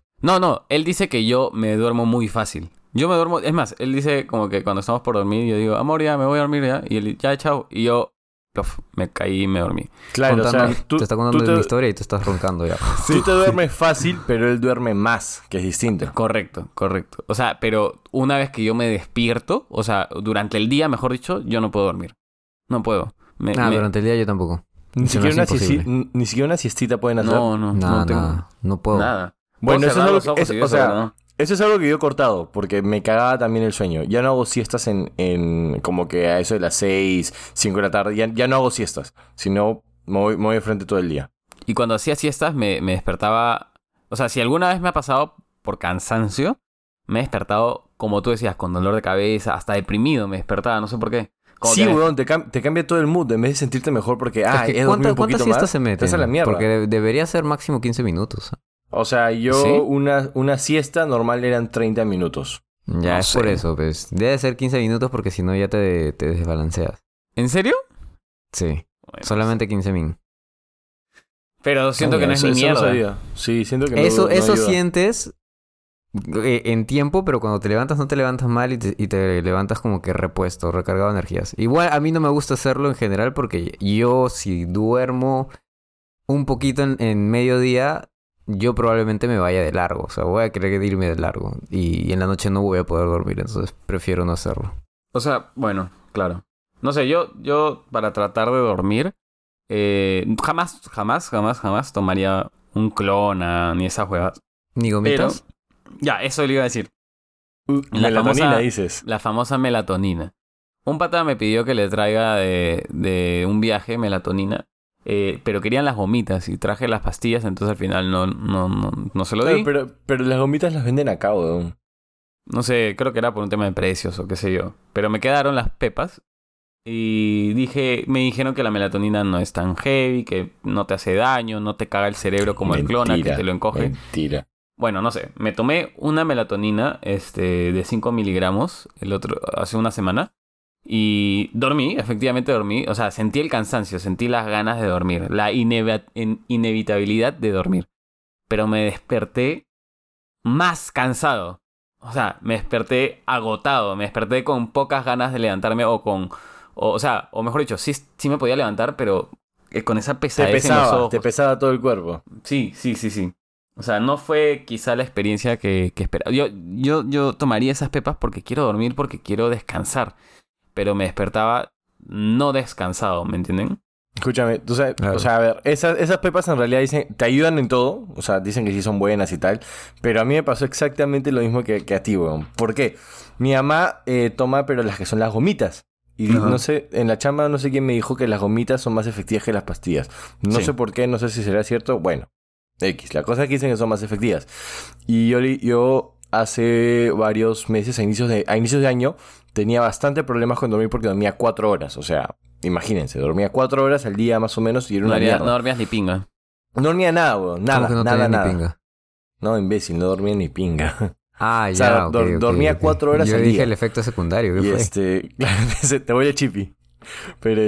No, él dice que yo me duermo muy fácil. Yo me duermo... Es más, él dice como que cuando estamos por dormir, yo digo, amor, ya me voy a dormir ya. Y él, ya, chao. Y yo, plof, me caí y me dormí. Claro, o sea, te está contando tú una historia y tú estás roncando ya. tú te duermes fácil, pero él duerme más, que es distinto. Correcto. O sea, pero una vez que yo me despierto, o sea, durante el día, mejor dicho, yo no puedo dormir. No puedo. Durante el día yo tampoco. Ni Se me siquiera, hace imposible. ni siquiera una siestita pueden hacer. No Nada, tengo nada. No puedo. nada. Bueno, Puedo eso es cerrar algo los ojos y o sea, pero no. eso es algo que yo he cortado, porque me cagaba también el sueño. Ya no hago siestas en como que a eso de las 6, 5 de la tarde. Ya no hago siestas, sino me voy de frente todo el día. Y cuando hacía siestas me despertaba O sea, si alguna vez me ha pasado por cansancio, me he despertado, como tú decías, con dolor de cabeza, hasta deprimido me despertaba, no sé por qué. Como Sí, que weón, te cambia todo el mood. En vez de sentirte mejor porque, Es que he dormido un ¿cuántas poquito siestas más, se meten? estás a la mierda. Porque debería ser máximo 15 minutos. O sea, yo ¿Sí? una siesta normal eran 30 minutos. Ya, No es sé. por eso, pues. Debe ser 15 minutos porque si no ya te desbalanceas. ¿En serio? Sí, Bueno, solamente 15 min. Pero siento que no es Eso- ni eso mierda. sabía. Sí, siento que no Eso ayuda. sientes en tiempo, pero cuando te levantas no te levantas mal y te levantas como que repuesto, recargado de energías. Igual a mí no me gusta hacerlo en general porque yo si duermo un poquito en mediodía, yo probablemente me vaya de largo. O sea, voy a querer irme de largo y en la noche no voy a poder dormir, entonces prefiero no hacerlo. O sea, bueno, claro. No sé, yo para tratar de dormir, jamás tomaría un clona ni esas huevas. ¿Ni Pero, gomitas? ya, eso le iba a decir. La Melatonina, famosa- dices. La famosa melatonina. Un pata me pidió que le traiga de un viaje melatonina, pero querían las gomitas y traje las pastillas, entonces al final no se lo di. Claro, pero las gomitas las venden acá, weón. No sé, creo que era por un tema de precios o qué sé yo. Pero me quedaron las pepas y me dijeron que la melatonina no es tan heavy, que no te hace daño, no te caga el cerebro como el clona que te lo encoge. Mentira. Bueno, no sé, me tomé una melatonina de 5 miligramos hace una semana y dormí, efectivamente dormí. O sea, sentí el cansancio, sentí las ganas de dormir, la inevitabilidad de dormir. Pero me desperté más cansado. O sea, me desperté agotado, me desperté con pocas ganas de levantarme o mejor dicho, sí me podía levantar, pero con esa Te pesadez en los ojos. te pesaba todo el cuerpo. Sí. O sea, no fue quizá la experiencia que esperaba. Yo tomaría esas pepas porque quiero dormir, porque quiero descansar. Pero me despertaba no descansado, ¿me entienden? Escúchame, tú sabes, Claro. o sea, a ver, esas pepas en realidad te ayudan en todo, o sea, dicen que sí son buenas y tal, pero a mí me pasó exactamente lo mismo que a ti, weón. ¿Por qué? Mi mamá toma, pero las que son las gomitas. Y Ajá. no sé, en la chamba no sé quién me dijo que las gomitas son más efectivas que las pastillas. No Sí. sé por qué, no sé si será cierto, bueno, X, la cosa es que dicen que son más efectivas. Y yo hace varios meses, a inicios de año, tenía bastante problemas con dormir porque dormía 4 horas, o sea... Imagínense, dormía 4 horas al día más o menos y era No, una mierda. no dormías ni pinga. No dormía nada, weón. Nada, ¿Cómo que no nada, tenía nada. ni pinga? No, imbécil, no dormía ni pinga. Ah, O sea, ya, ok, ok, dormía ok. 4 horas Yo al dije día. el efecto secundario, ¿qué Y fue? claro, te voy a chipi. Pero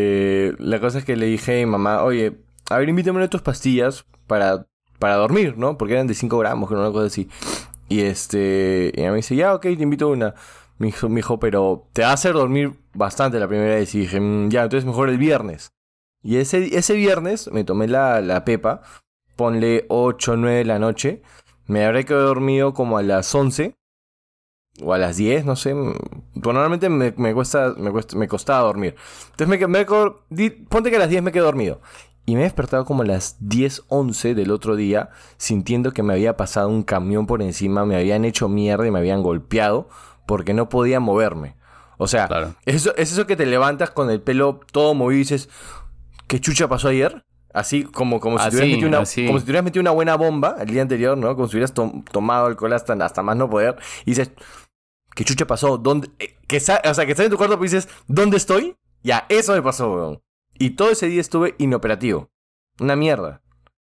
la cosa es que le dije a mi mamá, oye, a ver, invítame una de tus pastillas para dormir, ¿no? Porque eran de 5 gramos, que no una cosa así. Y y ella me dice, ya, ok, te invito una. Me dijo, pero te va a hacer dormir bastante la primera vez. Y dije, ya, entonces mejor el viernes. Y ese viernes me tomé la pepa, ponle 8 o 9 de la noche. Me habré quedado dormido como a las 11 o a las 10, no sé. Pues normalmente me costaba dormir. Entonces ponte que a las 10 me quedé dormido. Y me he despertado como a las 10, 11 del otro día, sintiendo que me había pasado un camión por encima, me habían hecho mierda y me habían golpeado porque no podía moverme. O sea, Claro. es eso que te levantas con el pelo todo movido y dices, ¿qué chucha pasó ayer? Así como si Así, te hubieras metido así. como si te hubieras metido una buena bomba el día anterior, ¿no? Como si hubieras tomado alcohol hasta más no poder. Y dices, ¿qué chucha pasó? ¿Dónde? Que estás en tu cuarto y dices, ¿dónde estoy? Ya, eso me pasó, weón. Y todo ese día estuve inoperativo. Una mierda.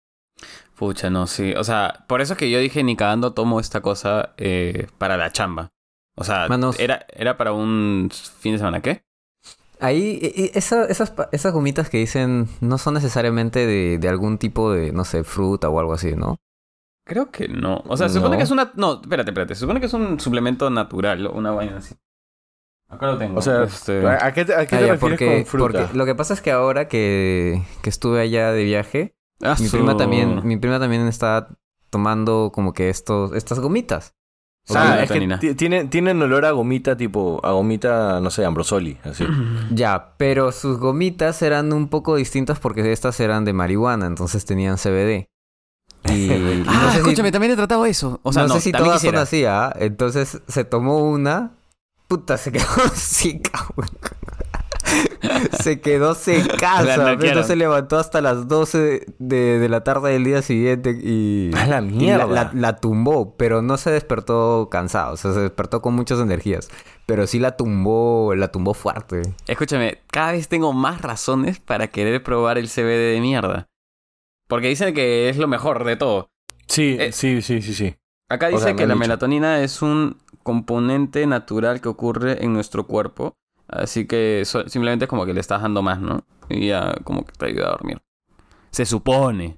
Pucha, no, sí. O sea, por eso es que yo dije, ni cagando tomo esta cosa para la chamba. O sea, Manos. era para un fin de semana, ¿qué? Ahí, esas gomitas que dicen no son necesariamente de algún tipo de, no sé, fruta o algo así, ¿no? Creo que no. O sea, se supone No. que es una... No, espérate. Se supone que es un suplemento natural, una vaina así. Acá lo tengo. O sea, ¿a qué te refieres ya, con fruta? porque lo que pasa es que ahora que estuve allá de viaje, mi prima también está tomando como que estas gomitas. O sea, Es que melatonina. tienen olor a gomita a gomita, no sé, Ambrosoli, así. Ya, pero sus gomitas eran un poco distintas porque estas eran de marihuana, entonces tenían CBD. Y no sé si- escúchame, también he tratado eso. O sea, no sé si también todas son quisiera. así, ¿ah? Entonces se tomó una. Puta, se quedó así, cabrón. Se quedó sin La casa, noquearon. no se levantó hasta las 12 de la tarde del día siguiente y... ¡A la y mierda! la tumbó, pero no se despertó cansado, o sea, se despertó con muchas energías. Pero sí la tumbó fuerte. Escúchame, cada vez tengo más razones para querer probar el CBD de mierda. Porque dicen que es lo mejor de todo. Sí, Eh, sí. Acá O dice sea, me que han la dicho. melatonina es un componente natural que ocurre en nuestro cuerpo. Así que simplemente es como que le estás dando más, ¿no? Y ya como que te ayuda a dormir. Se supone.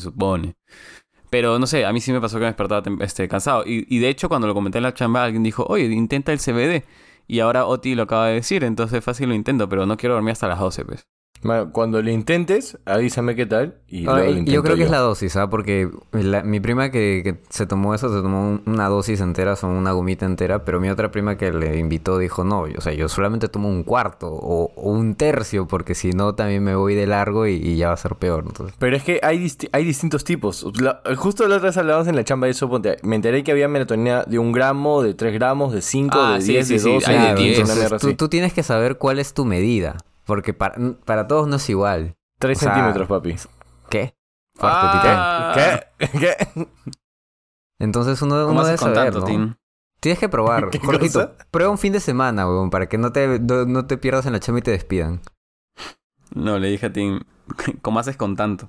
Pero no sé, a mí sí me pasó que me despertaba cansado. Y de hecho, cuando lo comenté en la chamba, alguien dijo, oye, intenta el CBD. Y ahora Oti lo acaba de decir, entonces fácil lo intento, pero no quiero dormir hasta las 12, pues. Bueno, cuando lo intentes, avísame qué tal y luego lo intento Yo creo que es la dosis, ¿ah? Porque mi prima que se tomó eso, se tomó una dosis entera, o sea, una gomita entera, pero mi otra prima que le invitó dijo, no, o sea, yo solamente tomo un cuarto o un tercio, porque si no también me voy de largo y ya va a ser peor. Entonces. Pero es que hay distintos tipos. Justo la otra vez hablábamos en la chamba de eso. Me enteré que había melatonina de 1 gramo, de 3 gramos, de 5, de sí, 10, sí, de sí. 12, Hay de de 15, 10. una Entonces, mierda así. tú tienes que saber cuál es tu medida, porque para todos no es igual. 3 o sea, centímetros, papi. ¿Qué? Fuerte, Ah. ¿Qué? ¿Qué? Entonces ¿Cómo uno debe haces con saber, tanto, ¿no? Tim? Tienes que probar. ¿Qué Jorgito, cosa? prueba un fin de semana, weón, para que no te pierdas en la chamba y te despidan. No, le dije a Tim, ¿cómo haces con tanto?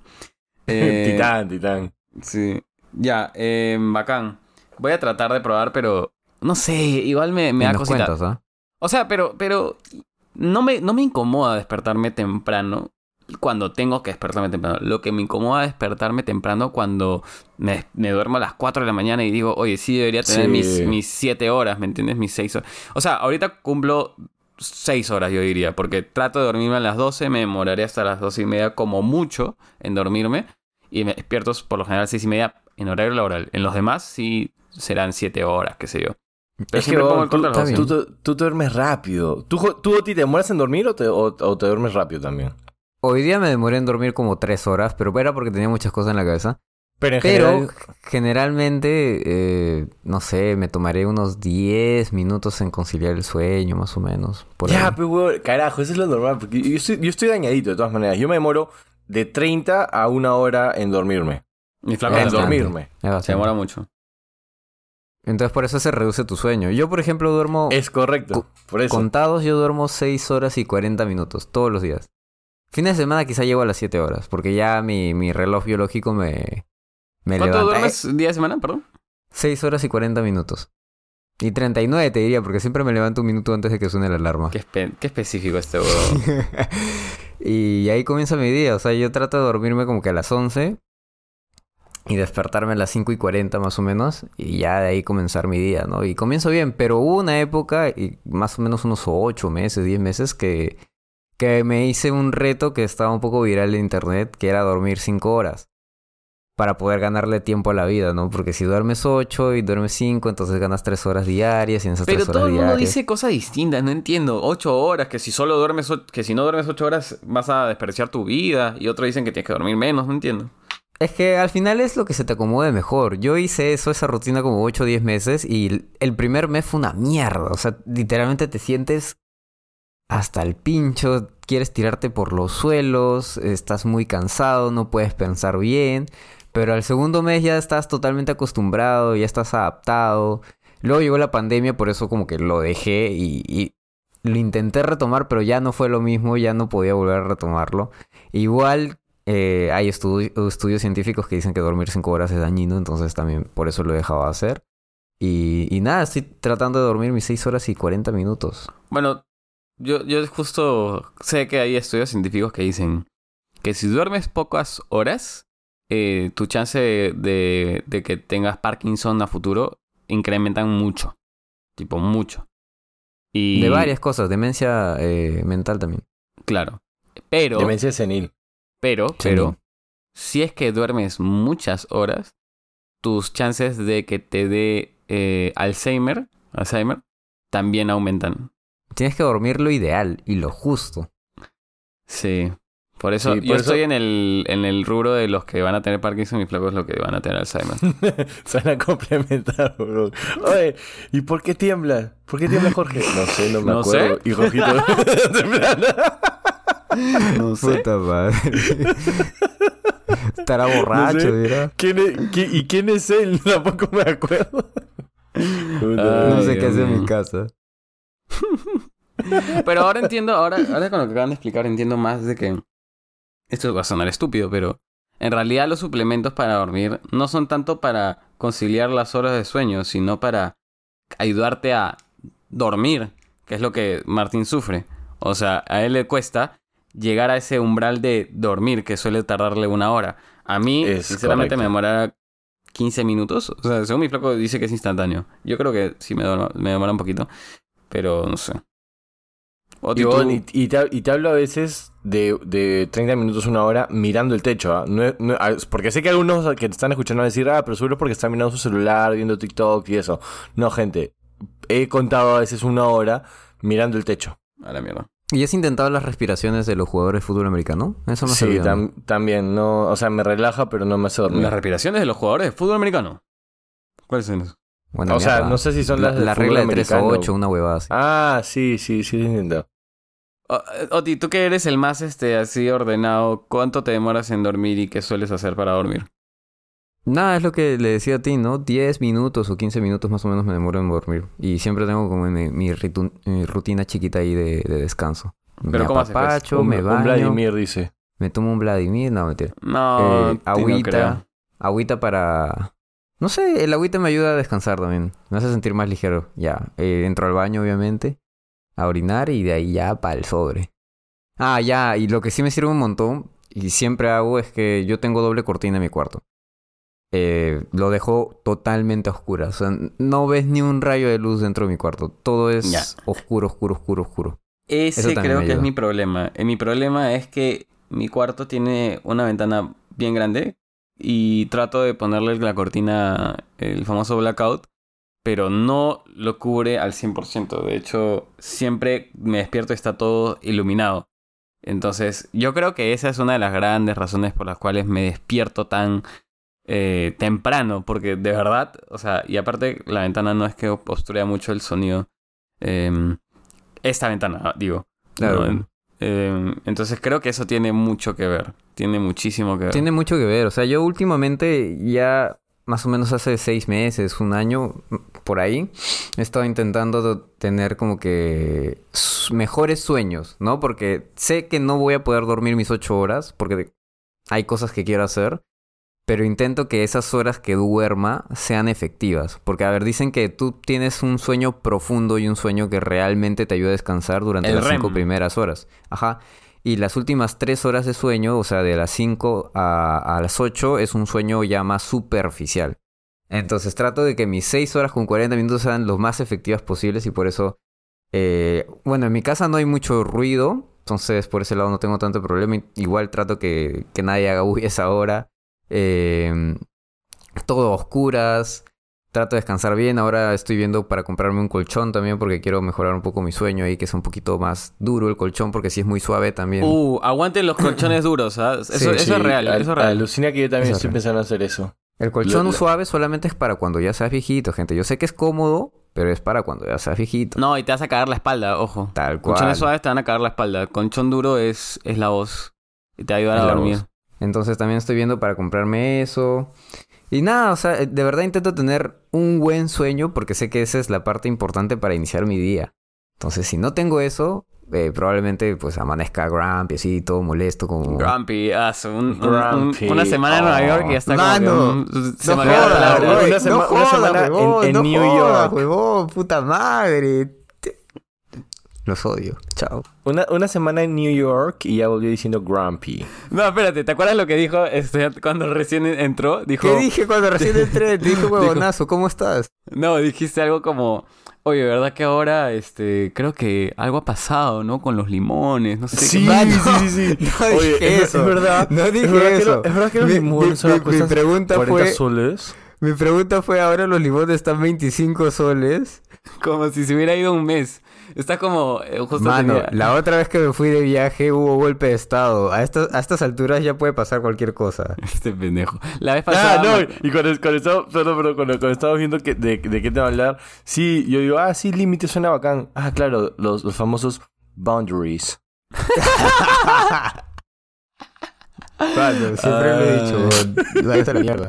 Titán. Sí. Ya, bacán. Voy a tratar de probar, pero... No sé, igual me Y da nos cosita. cuentas, ¿ah? O sea, pero no me incomoda despertarme temprano cuando tengo que despertarme temprano. Lo que me incomoda es despertarme temprano cuando me duermo a las 4 de la mañana y digo, oye, sí debería tener Sí. mis 7 horas, ¿me entiendes? Mis 6 horas. O sea, ahorita cumplo 6 horas, yo diría, porque trato de dormirme a las 12, me demoraré hasta las 12:30 como mucho en dormirme y me despierto por lo general 6:30 en horario laboral. En los demás sí serán 7 horas, qué sé yo. Pero Es que siempre pongo el corte a las está 12. bien. tú te duermes rápido. ¿Tú Oti, te demoras en dormir o te duermes rápido también? Hoy día me demoré en dormir como 3 horas, pero era porque tenía muchas cosas en la cabeza. Pero en Pero general... generalmente, no sé, me tomaré unos 10 minutos en conciliar el sueño, más o menos. Por Ya, ahí. pero huevón, carajo, eso es lo normal. Porque yo estoy dañadito de todas maneras. Yo me demoro de 30 a 1 hora en dormirme. Mi flaco En también. dormirme. Es Se bastante. demora mucho. Entonces por eso se reduce tu sueño. Yo, por ejemplo, duermo... Es correcto. Por eso. Contados, yo duermo 6 horas y 40 minutos todos los días. Fines de semana quizá llego a las 7 horas, porque ya mi reloj biológico me ¿Cuánto levanta. duermes día de semana, perdón? 6 horas y 40 minutos. Y 39 te diría, porque siempre me levanto un minuto antes de que suene la alarma. Qué específico este huevo. Y ahí comienza mi día. O sea, yo trato de dormirme como que a las 11 y despertarme a las 5:40 más o menos. Y ya de ahí comenzar mi día, ¿no? Y comienzo bien, pero hubo una época, y más o menos unos 8 meses, 10 meses, que me hice un reto que estaba un poco viral en internet, que era dormir 5 horas. Para poder ganarle tiempo a la vida, ¿no? Porque si duermes 8 y duermes 5, entonces ganas 3 horas diarias y en esas Pero 3 horas todo el mundo diarias... dice cosas distintas, no entiendo. 8 horas, que si solo duermes, que si no duermes 8 horas vas a desperdiciar tu vida. Y otros dicen que tienes que dormir menos, no entiendo. Es que al final es lo que se te acomode mejor. Yo hice esa rutina como 8 o 10 meses y el primer mes fue una mierda. O sea, literalmente te sientes hasta el pincho, quieres tirarte por los suelos, estás muy cansado, no puedes pensar bien. Pero al segundo mes ya estás totalmente acostumbrado, ya estás adaptado. Luego llegó la pandemia, por eso como que lo dejé y lo intenté retomar, pero ya no fue lo mismo, ya no podía volver a retomarlo. Igual hay estudios científicos que dicen que dormir 5 horas es dañino, entonces también por eso lo he dejado de hacer. Y nada, estoy tratando de dormir mis 6 horas y 40 minutos. Bueno, yo justo sé que hay estudios científicos que dicen que si duermes pocas horas, tu chance de que tengas Parkinson a futuro incrementan mucho. Tipo, mucho. Y, De varias cosas, demencia mental también. Claro. Pero, Demencia senil. pero, Senil. si es que duermes muchas horas, tus chances de que te dé Alzheimer también aumentan. Tienes que dormir lo ideal y lo justo. Sí. Por eso Sí, yo por eso- estoy en el rubro de los que van a tener Parkinson y flacos los que van a tener Alzheimer. Se van a complementar, bro. Oye, ¿y por qué tiembla? ¿Por qué tiembla Jorge? No sé, no me No acuerdo. sé. Y Rojito temblando. No sé. Puta madre. Estará borracho, No sé. dirá. ¿Y quién es él? Tampoco me acuerdo. No sé Ay, qué hace en mi amigo. casa. Pero ahora entiendo, ahora con lo que acaban de explicar, entiendo más de que... Esto va a sonar estúpido, pero... En realidad los suplementos para dormir no son tanto para conciliar las horas de sueño, sino para ayudarte a dormir, que es lo que Martín sufre. O sea, a él le cuesta llegar a ese umbral de dormir, que suele tardarle 1 hora. A mí, Es sinceramente, correcto. me demora 15 minutos. O sea, según mi flaco dice que es instantáneo. Yo creo que sí me demora un poquito, pero no sé. Oti, Y, tú- bueno, y te hablo a veces de 30 minutos, 1 hora, mirando el techo. ¿Ah? Porque sé que algunos que te están escuchando van a decir, pero seguro es porque están mirando su celular, viendo TikTok y eso. No, gente. He contado a veces 1 hora mirando el techo. A la mierda. ¿Y has intentado las respiraciones de los jugadores de fútbol americano? Eso no se Sí, olvida, ¿no? también. No, o sea, me relaja, pero no me hace dormir. Las respiraciones de los jugadores de fútbol americano. ¿Cuáles son esos? Buena O sea, mierda. no sé si son las del la fútbol regla de 3 a americano. 8, una huevada así. Ah, sí, intento. Oti, tú que eres el más así ordenado, ¿cuánto te demoras en dormir y qué sueles hacer para dormir? Nada, es lo que le decía a ti, ¿no? 10 minutos o 15 minutos más o menos me demoro en dormir. Y siempre tengo como mi rutina chiquita ahí de descanso. ¿Pero me cómo haces, pues? apapacho, me Un baño, Vladimir dice. me tomo un Vladimir, no, mentira. No, sí, no Agüita, creo. agüita para... No sé, el agüita me ayuda a descansar también. Me hace sentir más ligero. Ya, entro al baño obviamente, a orinar y de ahí ya para el sobre. Ah, ya, y lo que sí me sirve un montón y siempre hago es que yo tengo doble cortina en mi cuarto. Lo dejo totalmente a oscuras. O sea, no ves ni un rayo de luz dentro de mi cuarto. Todo es Ya. oscuro, oscuro, oscuro, oscuro. Eso Ese también creo me que es ayuda. mi problema. Mi problema es que mi cuarto tiene una ventana bien grande y trato de ponerle la cortina, el famoso blackout, pero no lo cubre al 100%. De hecho, siempre me despierto y está todo iluminado. Entonces, yo creo que esa es una de las grandes razones por las cuales me despierto tan temprano, porque de verdad, o sea, y aparte la ventana no es que obstruya mucho el sonido. Esta ventana, digo. Claro. ¿no? Entonces creo que eso tiene mucho que ver. Tiene muchísimo que ver. Tiene mucho que ver. O sea, yo últimamente ya más o menos hace 6 meses, un año, por ahí, he estado intentando tener como que mejores sueños, ¿no? Porque sé que no voy a poder dormir mis 8 horas, porque hay cosas que quiero hacer, pero intento que esas horas que duerma sean efectivas. Porque, a ver, dicen que tú tienes un sueño profundo y un sueño que realmente te ayuda a descansar durante El las 5 REM. primeras horas. Ajá. Y las últimas 3 horas de sueño, o sea, de las 5 a las 8, es un sueño ya más superficial. Entonces trato de que mis 6 horas con 40 minutos sean lo más efectivas posibles y por eso... bueno, en mi casa no hay mucho ruido, entonces por ese lado no tengo tanto problema. Igual trato que nadie haga bulla a esa hora. Todo a oscuras. Trato de descansar bien. Ahora estoy viendo para comprarme un colchón también porque quiero mejorar un poco mi sueño ahí, que es un poquito más duro el colchón porque sí es muy suave también. Aguanten los colchones duros, ¿ah? Eso, Sí, eso es real, eso es real. Alucina que yo también Eso es estoy real. pensando en hacer eso. El colchón Lo- suave solamente es para cuando ya seas viejito, gente. Yo sé que es cómodo, pero es para cuando ya seas viejito. No, y te vas a cagar la espalda, ojo. Tal cual. Colchones suaves te van a cagar la espalda. Colchón duro es la voz. Y te va a ayudar Es a la dormir. voz. Entonces también estoy viendo para comprarme eso. Y nada, o sea, de verdad intento tener un buen sueño porque sé que esa es la parte importante para iniciar mi día. Entonces, si no tengo eso, probablemente pues amanezca grumpy, así, todo molesto como... Grumpy, Grumpy. una semana en Nueva York y ya está Mano, como que, se no me olvidó la jodas, palabra. güey, Una no semana jodas, en no New jodas, York. huevón, puta madre. Los odio. Chao. Una semana en New York y ya volvió diciendo grumpy. No, espérate, ¿te acuerdas lo que dijo cuando recién entró? Dijo, ¿Qué dije cuando recién entré? Te dije, huevonazo, ¿cómo estás? no, dijiste algo como, oye, ¿verdad que ahora creo que algo ha pasado, ¿no? Con los limones, no sé Sí, qué. Mano, sí. No Oye, dije eso. es verdad. No dije ¿Es verdad que eso. es verdad que los Mi- limones mi- solo mi cuestan pregunta 40 fue- soles? Mi pregunta fue, ahora los limones están 25 soles. Como si se hubiera ido un mes. Está como, justo Mano, tenía- la otra vez que me fui de viaje hubo golpe de estado. A estas alturas ya puede pasar cualquier cosa. Este pendejo. La vez pasada... No, y cuando estábamos viendo de qué te va a hablar, sí, yo digo, sí, límite suena bacán. Claro, los famosos boundaries. Mano, siempre lo he dicho, váyase a la mierda.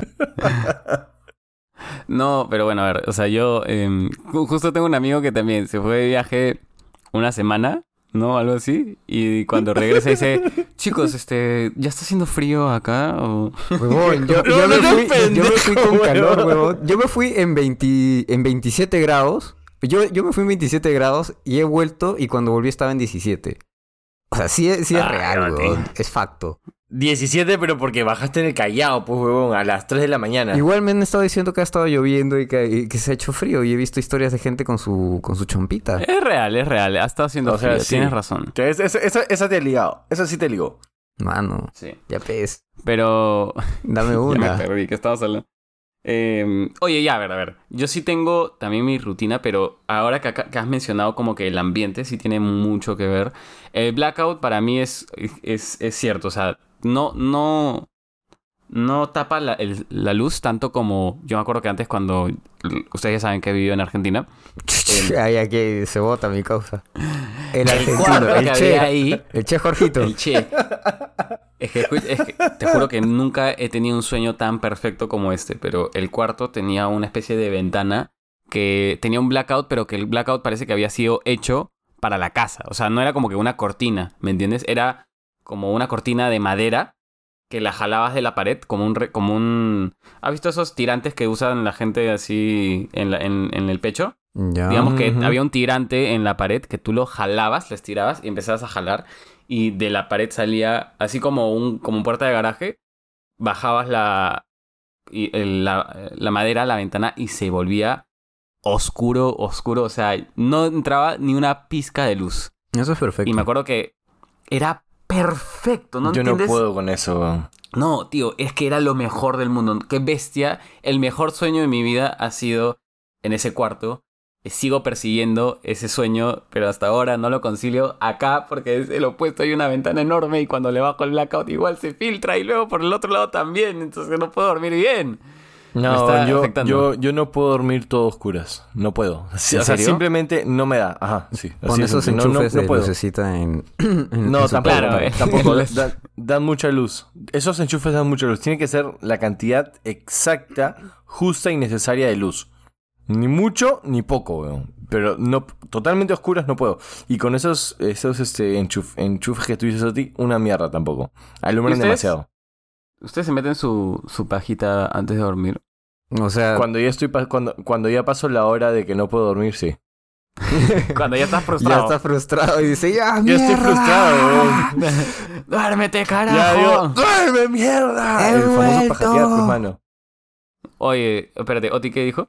No, pero bueno, a ver, o sea, yo justo tengo un amigo que también se fue de viaje una semana, ¿no? Algo así. Y cuando regresa dice, chicos, ¿ya está haciendo frío acá? O... Huevón, yo me fui con calor, huevón. Yo me fui en 27 grados. Yo me fui en 27 grados y he vuelto y cuando volví estaba en 17. O sea, sí es real, huevón. Es facto. 17, pero porque bajaste en el Callao, pues, huevón, a las 3 de la mañana. Igual me han estado diciendo que ha estado lloviendo y que se ha hecho frío. Y he visto historias de gente con su chompita. Es real. Ha estado haciendo frío, sí. Tienes razón. Eso te ha ligado. Eso sí te ligó. Mano, Sí. ya ves. Pero... Dame ya una. me perdí, ¿qué estabas hablando? Oye, ya, a ver. Yo sí tengo también mi rutina, pero ahora que has mencionado como que el ambiente sí tiene mucho que ver. El blackout para mí es cierto, o sea, no tapa la luz tanto como... Yo me acuerdo que antes cuando... Ustedes ya saben que he vivido en Argentina. Ay, aquí se bota mi causa. El cuarto argentino, que había ahí... el Che Jorgito. El Che. Es que te juro que nunca he tenido un sueño tan perfecto como este, pero el cuarto tenía una especie de ventana que tenía un blackout, pero que el blackout parece que había sido hecho para la casa. O sea, no era como que una cortina, ¿me entiendes? Era como una cortina de madera que la jalabas de la pared como un... ¿Has visto esos tirantes que usan la gente así en el pecho? Ya. Digamos que había un tirante en la pared que tú lo jalabas, lo estirabas y empezabas a jalar. Y de la pared salía, así como un puerta de garaje, bajabas la madera a la ventana y se volvía oscuro. O sea, no entraba ni una pizca de luz. Eso es perfecto. Y me acuerdo que era perfecto, ¿no? Yo ¿Entiendes? no puedo con eso, weón. No, tío, es que era lo mejor del mundo. Qué bestia. El mejor sueño de mi vida ha sido en ese cuarto. Sigo persiguiendo ese sueño, pero hasta ahora no lo concilio acá porque es el opuesto. Hay una ventana enorme y cuando le bajo el blackout igual se filtra y luego por el otro lado también. Entonces no puedo dormir bien. No, Me está afectando. yo no puedo dormir todo a oscuras. No puedo. O sea, serio? simplemente no me da. Ajá, sí. Pon esos enchufes no de puedo. lucecita en No, su tampoco. Claro, Tampoco. Dan mucha luz. Esos enchufes dan mucha luz. Tiene que ser la cantidad exacta, justa y necesaria de luz. Ni mucho ni poco, weón. Pero no, totalmente oscuras no puedo. Y con esos enchufes que tú dices a ti, una mierda tampoco. Alumbran demasiado. ¿Ustedes se meten su pajita antes de dormir? O sea, Cuando ya pasó la hora de que no puedo dormir, sí. Cuando ya estás ya frustrado. está frustrado y dice, ¡ya, Yo mierda! estoy frustrado, weón. ¡Duérmete, Ya carajo! digo, ¡duerme, mierda! He El famoso vuelto. pajatear, pues, mano. Oye, espérate, ¿Oti qué dijo?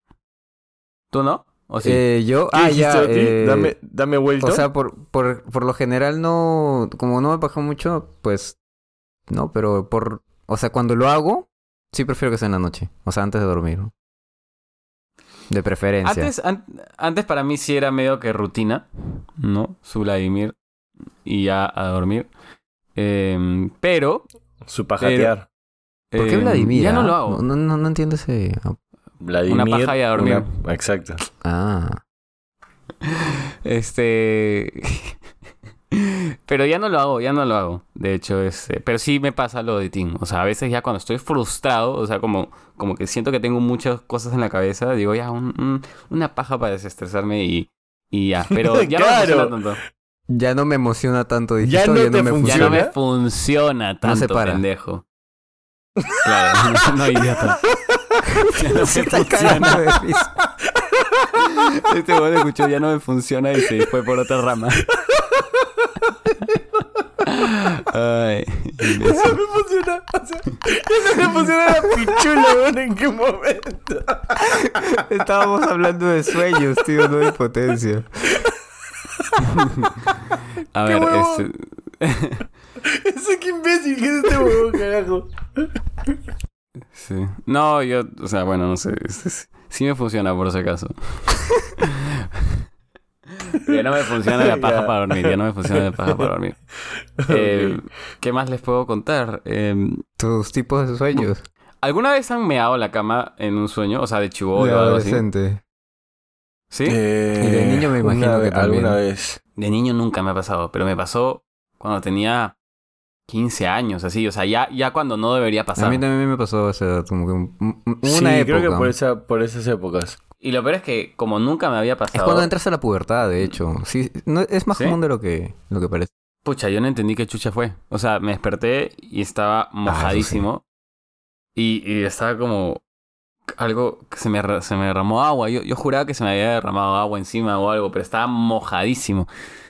¿Tú no? ¿O sí? Yo, ¿Qué dijiste, ya, Oti? Dame vuelto. o sea, por lo general no, como no me baja mucho, pues, no, pero o sea, cuando lo hago, sí prefiero que sea en la noche, o sea, antes de dormir, ¿no? De preferencia. Antes para mí sí era medio que rutina, ¿no? Su Vladimir y ya a dormir. Pero... Su pajatear. ¿Por qué Vladimir? Ya no lo hago. No entiendo ese... Vladimir, una paja y a dormir. Exacto. Ah. Pero ya no lo hago. De hecho, pero sí me pasa lo de Tim. O sea, a veces ya cuando estoy frustrado, o sea, como que siento que tengo muchas cosas en la cabeza, digo, ya, una paja para desestresarme y ya. Pero ya Claro. no me funciona tanto. Ya no me emociona tanto, dijiste, Ya no te Ya no ¿Funciona? me funciona tanto, se para. pendejo. Claro, no, idiota. Ya no me Se está funciona. cagando de risa. Este weón escuchó, ya no me funciona y se fue por otra rama. Ay, Ya no me funciona. O sea, ya no me funciona la pichula, weón, ¿en qué momento? Estábamos hablando de sueños, tío, no de potencia. a ¡Qué ver, huevón! Ese qué imbécil que es este huevón, carajo. sí. No, yo, o sea, bueno, no sé. Sí me funciona por si acaso. Pero ya no me funciona la paja Ya. para dormir. ¿Qué más les puedo contar? Tus tipos de sueños. ¿Alguna vez han meado la cama en un sueño? O sea, de chibolo De o algo así. adolescente. ¿Sí? Y de niño me imagino que también. Alguna vez. De niño nunca me ha pasado, pero me pasó cuando tenía 15 años, así. O sea, ya cuando no debería pasar. A mí también me pasó esa edad, como que Sí, una época. creo que por esas épocas. Y lo peor es que como nunca me había Es pasado... cuando entras a la pubertad, de hecho. Sí, no, es más ¿Sí? común de lo que parece. Pucha, yo no entendí qué chucha fue. O sea, me desperté y estaba mojadísimo. Y estaba como... Algo que se me derramó agua. Yo juraba que se me había derramado agua encima o algo, pero estaba mojadísimo.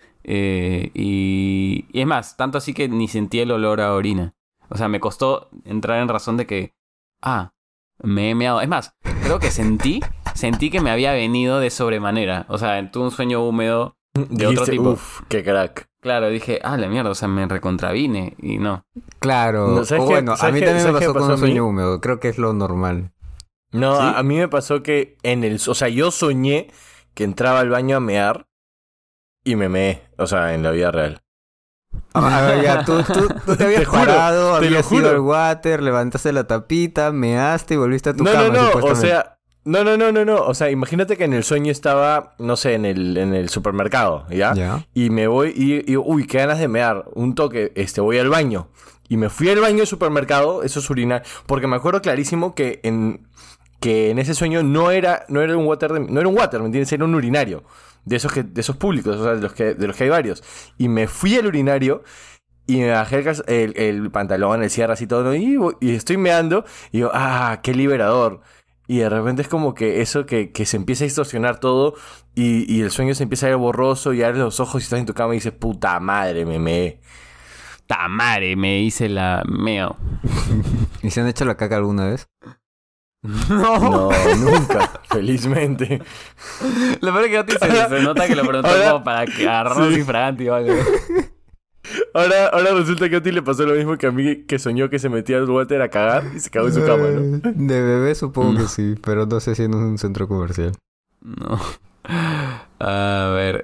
Y es más, tanto así que ni sentí el olor a orina. O sea, me costó entrar en razón de que... me he meado. Es más, creo que sentí que me había venido de sobremanera. O sea, tuve un sueño húmedo de otro tipo. Uf, qué crack. Claro, dije, la mierda, o sea, me recontravine. Y no. Claro. No, ¿sabes o qué? bueno, a ¿Sabes mí qué? también me ¿Sabes qué pasó con pasó un a mí? sueño húmedo. Creo que es lo normal. No, ¿Sí? a mí me pasó que o sea, yo soñé que entraba al baño a mear y me meé. O sea, en la vida real. Ya, tú te habías Te juro, parado, te lo habías ido juro. al water, levantaste la tapita, measte y volviste a tu No, cama, o supuestamente. sea... No. O sea, imagínate que en el sueño estaba, no sé, en el supermercado, ¿ya? Ya. Y me voy y uy, qué ganas de mear. Un toque, voy al baño. Y me fui al baño del supermercado, eso es orinar. Porque me acuerdo clarísimo que en ese sueño no era un water, no era un water, ¿me entiendes? Era un urinario. De esos públicos, o sea, de los que hay varios. Y me fui al urinario y me bajé el pantalón, el cierre así todo, ¿no? Y estoy meando y digo, qué liberador. Y de repente es como que eso que se empieza a distorsionar todo y el sueño se empieza a ver borroso y abres los ojos y estás en tu cama y dices, puta madre, me meé. Tamare, me hice la meo. ¿Y se han hecho la caca alguna vez? No, nunca, felizmente. Lo peor es que Oti se nota que lo preguntó Ahora- como para que agarrarlo sí. infraganti o algo. Ahora resulta que a Oti le pasó lo mismo que a mí, que soñó que se metía al water a cagar y se cagó en su cama, ¿no? De bebé supongo No. que sí, pero no sé si en un centro comercial. No. A ver,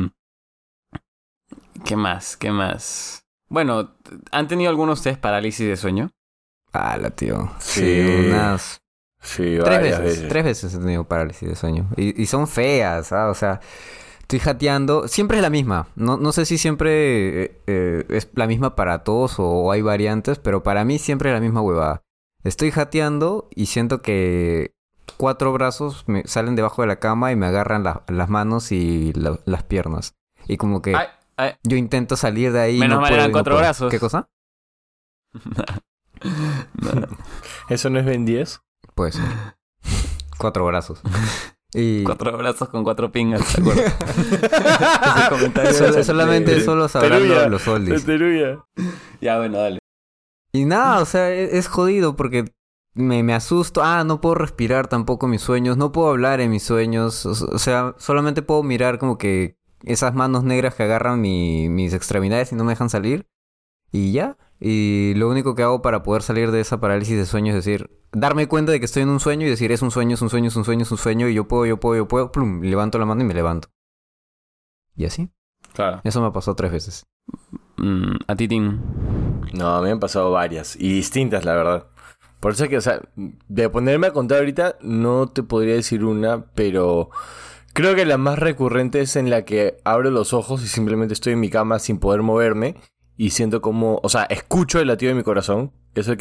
¿qué más? Bueno, ¿han tenido algunos de ustedes parálisis de sueño? Tío. Sí. Unas Sí, tres varias veces. veces. 3 veces he tenido parálisis de sueño. Y son feas, O sea, estoy jateando. Siempre es la misma. No sé si siempre es la misma para todos o hay variantes, pero para mí siempre es la misma huevada. Estoy jateando y siento que 4 brazos me salen debajo de la cama y me agarran las manos y las piernas. Y como que Ay, yo intento salir de ahí. Menos no mal puedo, eran y no 4 puedo. brazos. ¿Qué cosa? no. ¿Eso no es Ben 10? Pues 4 brazos. Y 4 brazos con 4 pingas, ¿te acuerdas? Ese comentario. solamente eso lo sabrán los oldies. Teruya. Ya, bueno, dale. Y nada, o sea, es jodido porque me asusto. No puedo respirar tampoco en mis sueños. No puedo hablar en mis sueños. O sea, solamente puedo mirar como que esas manos negras que agarran mis extremidades y no me dejan salir. Y ya. Y lo único que hago para poder salir de esa parálisis de sueño es decir, darme cuenta de que estoy en un sueño y decir, es un sueño, es un sueño, es un sueño, es un sueño. Y yo puedo. Plum, levanto la mano y me levanto. Y así. Claro. Eso me pasó 3 veces. A ti, Tim. No, a mí me han pasado varias. Y distintas, la verdad. Por eso es que, o sea, de ponerme a contar ahorita, no te podría decir una, pero creo que la más recurrente es en la que abro los ojos y simplemente estoy en mi cama sin poder moverme. Y siento como, o sea, escucho el latido de mi corazón. Eso de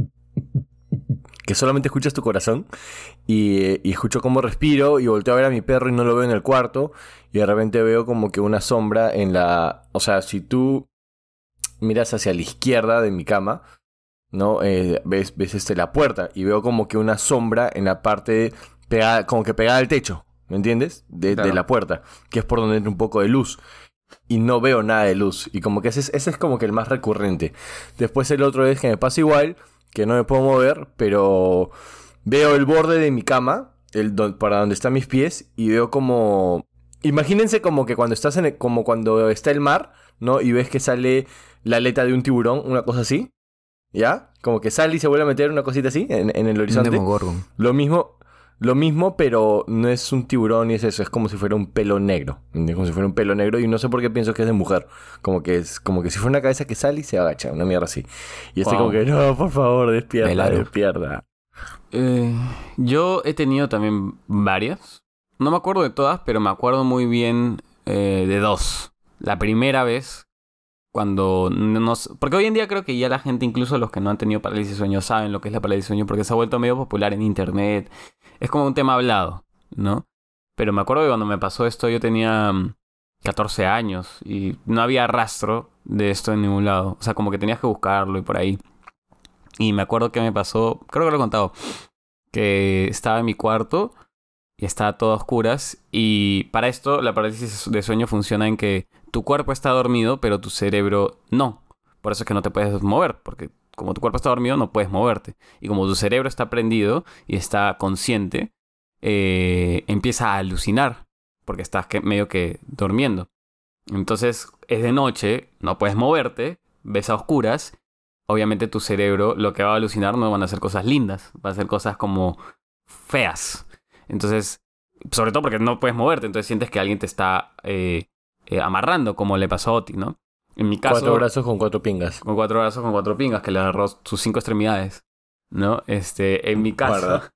que solamente escuchas tu corazón. Y escucho cómo respiro y volteo a ver a mi perro y no lo veo en el cuarto. Y de repente veo como que una sombra en la... O sea, si tú miras hacia la izquierda de mi cama, ¿no? Ves la puerta y veo como que una sombra en la parte pegada, como que pegada al techo, ¿me entiendes? De la puerta, que es por donde entra un poco de luz. Y no veo nada de luz. Y como que ese es como que el más recurrente. Después el otro es que me pasa igual, que no me puedo mover, pero veo el borde de mi cama, para donde están mis pies, y veo como... Imagínense como que cuando estás como cuando está el mar, ¿no? Y ves que sale la aleta de un tiburón, una cosa así. ¿Ya? Como que sale y se vuelve a meter una cosita así en el Un horizonte. Demogorgon. Lo mismo, pero no es un tiburón ni es eso. Es como si fuera un pelo negro. ¿Entiendes? Como si fuera un pelo negro. Y no sé por qué pienso que es de mujer. Como que si fuera una cabeza que sale y se agacha. Una mierda así. Y estoy como que, no, por favor, despierta, Claro. despierta. Yo he tenido también varias. no me acuerdo de todas, pero me acuerdo muy bien de dos. La primera vez, cuando porque hoy en día creo que ya la gente, incluso los que no han tenido parálisis de sueño, saben lo que es la parálisis de sueño porque se ha vuelto medio popular en internet. Es como un tema hablado, ¿no? Pero me acuerdo que cuando me pasó esto yo tenía 14 años y no había rastro de esto en ningún lado. O sea, como que tenías que buscarlo y por ahí. Y me acuerdo que me pasó, creo que lo he contado, que estaba en mi cuarto y estaba todo a oscuras. Y para esto la parálisis de sueño funciona en que tu cuerpo está dormido, pero tu cerebro no. Por eso es que no te puedes mover, porque como tu cuerpo está dormido no puedes moverte. Y como tu cerebro está prendido y está consciente, empieza a alucinar, porque estás medio que durmiendo. Entonces es de noche, no puedes moverte, ves a oscuras. Obviamente tu cerebro lo que va a alucinar no van a ser cosas lindas, van a ser cosas como feas. Entonces, sobre todo porque no puedes moverte, entonces sientes que alguien te está amarrando, como le pasó a Oti, ¿no? En mi caso... 4 brazos con 4 pingas. Con 4 brazos con 4 pingas, que le agarró sus 5 extremidades, ¿no? En mi caso... Guarda.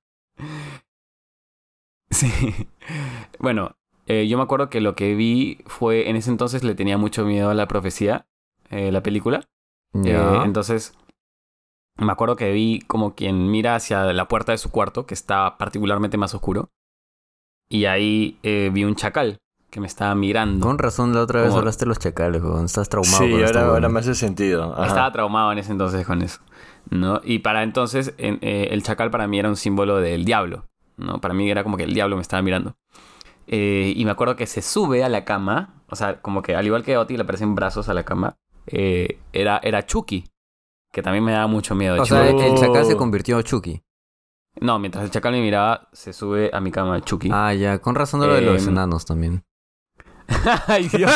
Sí. Bueno, yo me acuerdo que lo que vi fue... En ese entonces le tenía mucho miedo a La Profecía, la película. Ya. Entonces, me acuerdo que vi como quien mira hacia la puerta de su cuarto, que estaba particularmente más oscuro. Y ahí vi un chacal que me estaba mirando. Con razón la otra vez Como- hablaste de los chacales, weón. Estás traumado Sí, con esta ahora huevada. me hace sentido. Ajá. Estaba traumado en ese entonces con eso, ¿no? Y para entonces, el chacal para mí era un símbolo del diablo, ¿no? Para mí era como que el diablo me estaba mirando. Y me acuerdo que se sube a la cama, o sea, como que al igual que a Oti le aparecen brazos a la cama, era Chucky, que también me daba mucho miedo. O sea, Chucky. el chacal se convirtió en Chucky. No, mientras el chacal me miraba, se sube a mi cama Chucky. Ah, ya. Con razón de lo de los Em, enanos también. ¡Ay, Dios!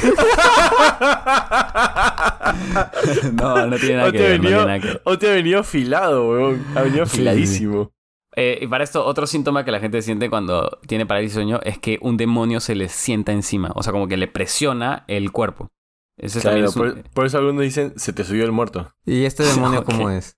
No tiene nada O que te, ver, no tiene venido, nada que ver. o te ha venido afilado, weón. Ha venido Sí, afiladísimo. Y para esto, otro síntoma que la gente siente cuando tiene parálisis de sueño es que un demonio se le sienta encima. O sea, como que le presiona el cuerpo. Ese también Claro, es un... por eso algunos dicen, se te subió el muerto. ¿Y este demonio Ok. cómo es?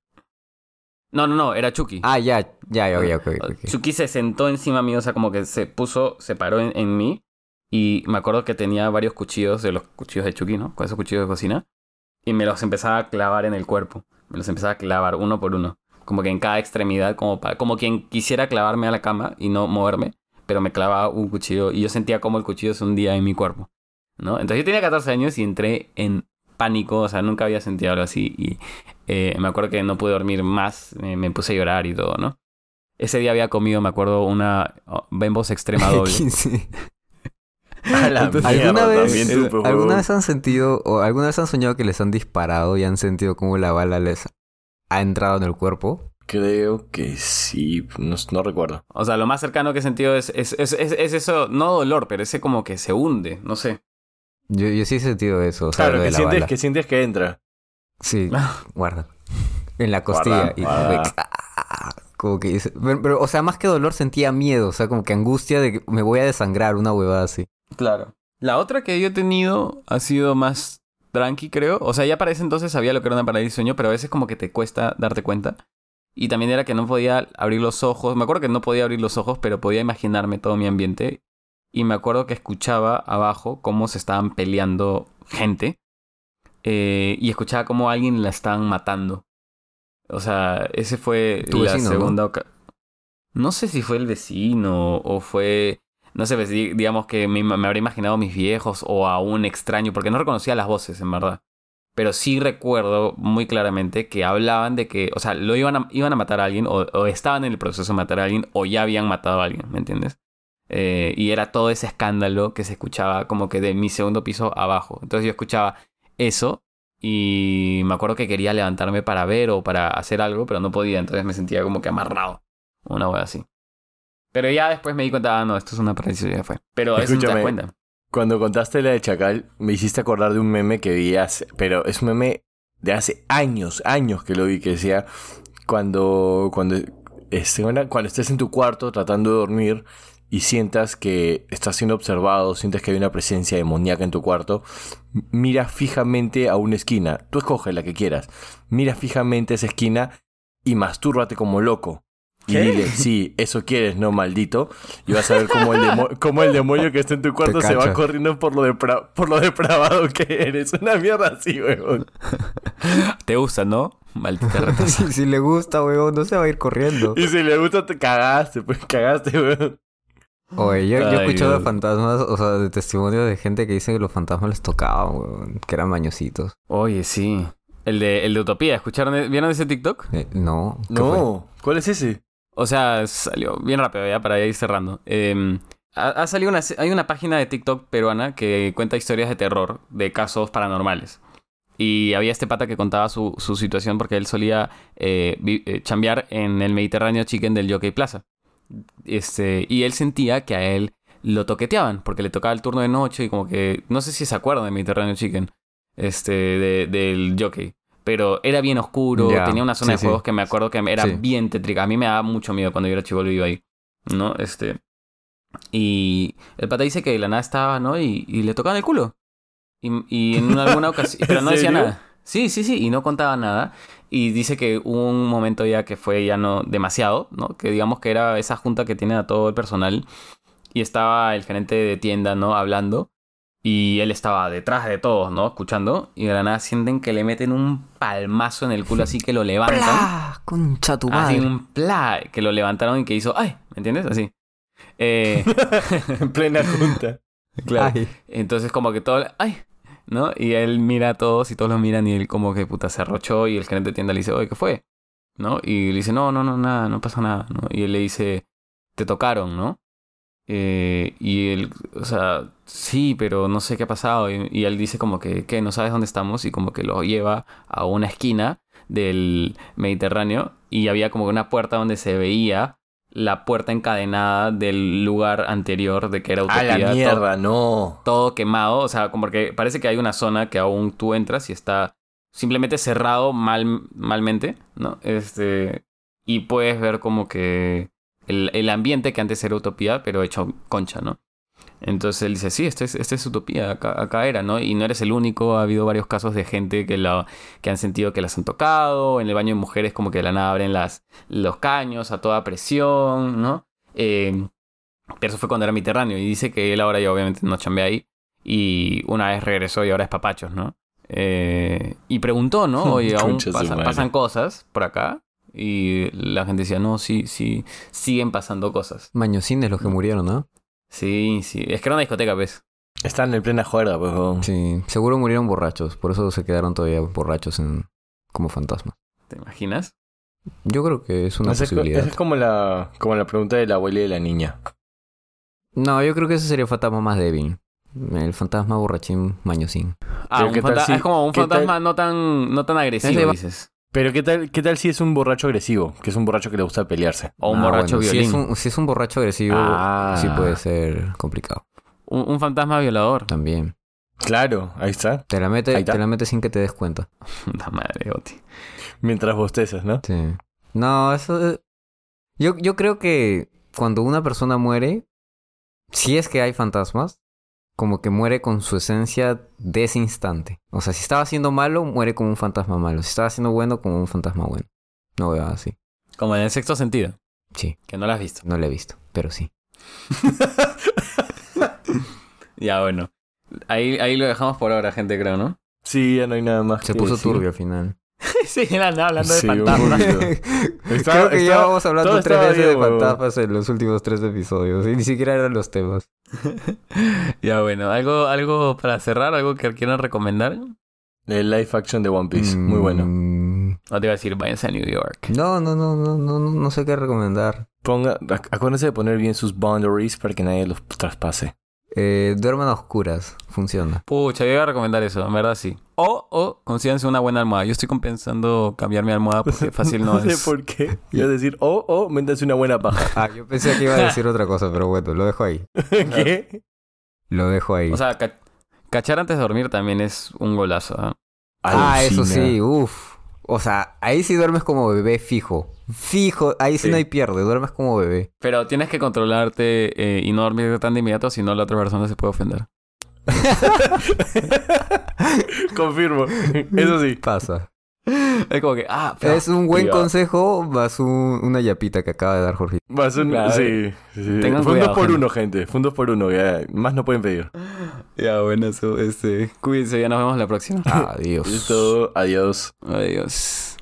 No, era Chucky. Ah, ya, ok. Chucky se sentó encima mío, o sea, como que se paró en mí. Y me acuerdo que tenía varios cuchillos, de los cuchillos de Chucky, ¿no? Con esos cuchillos de cocina. Y me los empezaba a clavar en el cuerpo. Me los empezaba a clavar uno por uno. Como que en cada extremidad, como quien quisiera clavarme a la cama y no moverme. Pero me clavaba un cuchillo y yo sentía como el cuchillo se hundía en mi cuerpo, ¿no? Entonces yo tenía 14 años y entré en pánico, o sea, nunca había sentido algo así. Y me acuerdo que no pude dormir más, me puse a llorar y todo, ¿no? Ese día había comido, me acuerdo, una Bembos extrema doble. 15. A la Entonces, mierda, ¿Alguna también vez, tú, pues, ¿Alguna huevón. vez han sentido o alguna vez han soñado que les han disparado y han sentido cómo la bala les ha entrado en el cuerpo? Creo que sí, no recuerdo. O sea, lo más cercano que he sentido es eso, no dolor, pero ese como que se hunde, no sé. Yo sí he sentido eso, o sea, Claro, lo de la bala. que sientes que entra. Sí, guarda. En la costilla. Guarda, Y guarda. como que dice... Pero, o sea, más que dolor sentía miedo. O sea, como que angustia de que me voy a desangrar, una huevada así. Claro. La otra que yo he tenido ha sido más tranqui, creo. O sea, ya para ese entonces sabía lo que era una parálisis de sueño, pero a veces como que te cuesta darte cuenta. Y también era que no podía abrir los ojos. Me acuerdo que no podía abrir los ojos, pero podía imaginarme todo mi ambiente. Y me acuerdo que escuchaba abajo cómo se estaban peleando gente. Y escuchaba cómo a alguien la estaban matando. O sea, ese fue Tu la vecino, ¿no? segunda ocasión. No sé si fue el vecino o fue... No sé, pues, digamos que me habría imaginado a mis viejos o a un extraño, porque no reconocía las voces, en verdad. Pero sí recuerdo muy claramente que hablaban de que, o sea, iban a matar a alguien, o estaban en el proceso de matar a alguien, o ya habían matado a alguien, ¿me entiendes? Y era todo ese escándalo que se escuchaba como que de mi segundo piso abajo. Entonces yo escuchaba eso y me acuerdo que quería levantarme para ver o para hacer algo, pero no podía, entonces me sentía como que amarrado. Una wea así. Pero ya después me di cuenta, no, esto es una parálisis, ya fue. Pero eso no te das Escúchame. cuenta. Cuando contaste la de Chacal, me hiciste acordar de un meme que vi pero es un meme de hace años que lo vi, que decía, cuando estés en tu cuarto tratando de dormir y sientas que estás siendo observado, sientes que hay una presencia demoníaca en tu cuarto, mira fijamente a una esquina. Tú escoge la que quieras. Mira fijamente a esa esquina y mastúrbate como loco. Y dile, sí, eso quieres, no, maldito. Y vas a ver cómo el demonio que está en tu cuarto se va corriendo por lo depravado que eres. Una mierda así, weón. ¿Te gusta, no? Maldita rata. Si le gusta, weón, no se va a ir corriendo. Y si le gusta, te cagaste, weón. Oye, yo he escuchado Dios. de fantasmas, o sea, de testimonios de gente que dice que los fantasmas les tocaban, weón, que eran mañositos. Oye, sí. El de Utopía, ¿vieron ese TikTok? No. ¿Qué fue? No, ¿cuál es ese? O sea, salió bien rápido ya para ir cerrando. Ha salido hay una página de TikTok peruana que cuenta historias de terror, de casos paranormales. Y había este pata que contaba su situación porque él solía chambear en el Mediterráneo Chicken del Jockey Plaza. Y él sentía que a él lo toqueteaban porque le tocaba el turno de noche y como que... No sé si se acuerdan de Mediterráneo Chicken, del Jockey. Pero era bien oscuro, Ya, tenía una zona sí, de juegos sí. que me acuerdo que era Sí. bien tétrica. A mí me daba mucho miedo cuando yo era chibolo y iba ahí, ¿no? Y el pata dice que de la nada estaba, ¿no? Y le tocaban el culo. Y en alguna ocasión... Pero no ¿En decía serio? nada. Sí, y no contaba nada. Y dice que hubo un momento ya que fue ya no demasiado, ¿no? Que digamos que era esa junta que tiene a todo el personal. Y estaba el gerente de tienda, ¿no? Hablando. Y él estaba detrás de todos, ¿no? Escuchando. Y de la nada sienten que le meten un palmazo en el culo así que lo levantan. ¡Plah! Concha tu Así madre. un pla. Que lo levantaron y que hizo... ¡Ay! ¿Me entiendes? Así. En plena junta. Claro. Ay. Entonces como que todo... ¡Ay! ¿No? Y él mira a todos y todos lo miran y él como que puta se arrochó y el gerente de tienda le dice, oye, ¿qué fue? ¿No? Y le dice, no, nada, no pasa nada, ¿no? Y él le dice, te tocaron, ¿no? Y él, o sea, sí, pero no sé qué ha pasado. Y él dice como que, ¿qué? ¿No sabes dónde estamos? Y como que lo lleva a una esquina del Mediterráneo y había como una puerta donde se veía la puerta encadenada del lugar anterior de que era A Utopía. la mierda, no. Todo quemado, o sea, como que parece que hay una zona que aún tú entras y está simplemente cerrado malmente, ¿no? Y puedes ver como que el ambiente que antes era Utopía, pero hecho concha, ¿no? Entonces él dice, sí, este es Utopía, acá era, ¿no? Y no eres el único, ha habido varios casos de gente que han sentido que las han tocado, en el baño de mujeres como que de la nada abren los caños a toda presión, ¿no? Pero eso fue cuando era Mediterráneo. Y dice que él ahora ya obviamente no chambea ahí. Y una vez regresó y ahora es papachos, ¿no? Y preguntó, ¿no? Oye, aún Concha su madre. pasan cosas por acá. Y la gente decía, no, sí, siguen pasando cosas. Mañosines los que murieron, ¿no? Sí. Es que era una discoteca, ¿ves? Están en plena juerga, pues. weón. Sí. Seguro murieron borrachos. Por eso se quedaron todavía borrachos como fantasmas. ¿Te imaginas? Yo creo que es una Esa posibilidad. es como la pregunta de la abuela y de la niña. No, yo creo que ese sería un fantasma más débil. El fantasma borrachín mañosín. Ah, Pero ¿qué tal si- es como un qué tal- fantasma no tan agresivo, Ese va- dices. Pero ¿qué tal si es un borracho agresivo? Que es un borracho que le gusta pelearse. O un borracho bueno, violín. Si es un borracho agresivo, Ah. sí puede ser complicado. Un fantasma violador. También. Claro, ahí está. Te la Ahí está. mete sin que te des cuenta. La madre, Oti. Mientras bostezas, ¿no? Sí. No, eso... Yo creo que cuando una persona muere, si es que hay fantasmas, como que muere con su esencia de ese instante. O sea, si estaba haciendo malo, muere como un fantasma malo. Si estaba haciendo bueno, como un fantasma bueno. No veo así. Como en el sexto sentido. Sí, Que no lo has visto. no lo he visto, pero sí. Ya, bueno. Ahí lo dejamos por ahora, gente, creo, ¿no? Sí, ya no hay nada más Se que puso decir. turbio al final. Sí, hablando de Sí, un fantasmas. poquito. Creo que ya vamos hablando todo 3 estaba veces de bien, huevón. fantasmas en los últimos 3 episodios. Y ni siquiera eran los temas. Ya, bueno. ¿Algo para cerrar? ¿Algo que quieran recomendar? El live action de One Piece. Muy bueno. No te iba a decir, váyanse a New York. No sé qué recomendar. Acuérdense de poner bien sus boundaries para que nadie los traspase. Duerman a oscuras. Funciona. Pucha, yo iba a recomendar eso, en verdad sí. O consíganse una buena almohada. Yo estoy compensando cambiar mi almohada porque fácil no sé es. por qué. Iba a decir, métanse una buena paja. Ah, yo pensé que iba a decir otra cosa, pero bueno, lo dejo ahí. ¿Qué? Lo dejo ahí. O sea, cachar antes de dormir también es un golazo. ¿Eh? Eso Alucina. sí, uff. O sea, ahí sí duermes como bebé fijo. Fijo, ahí sí Sí. no hay pierde, duermes como bebé. Pero tienes que controlarte y no dormir tan de inmediato, si no la otra persona se puede ofender. Confirmo. Eso sí. Pasa. Es como que, Es un buen Ya. consejo más una yapita que acaba de dar Jorge. Más un... Claro. Sí, sí. Tengan Fue un cuidado, 2 por gente. 1, gente. Fue un 2 por 1. Más no pueden pedir. Ya, bueno, eso, cuídense, ya nos vemos la próxima. Adiós. Listo. Adiós. Adiós.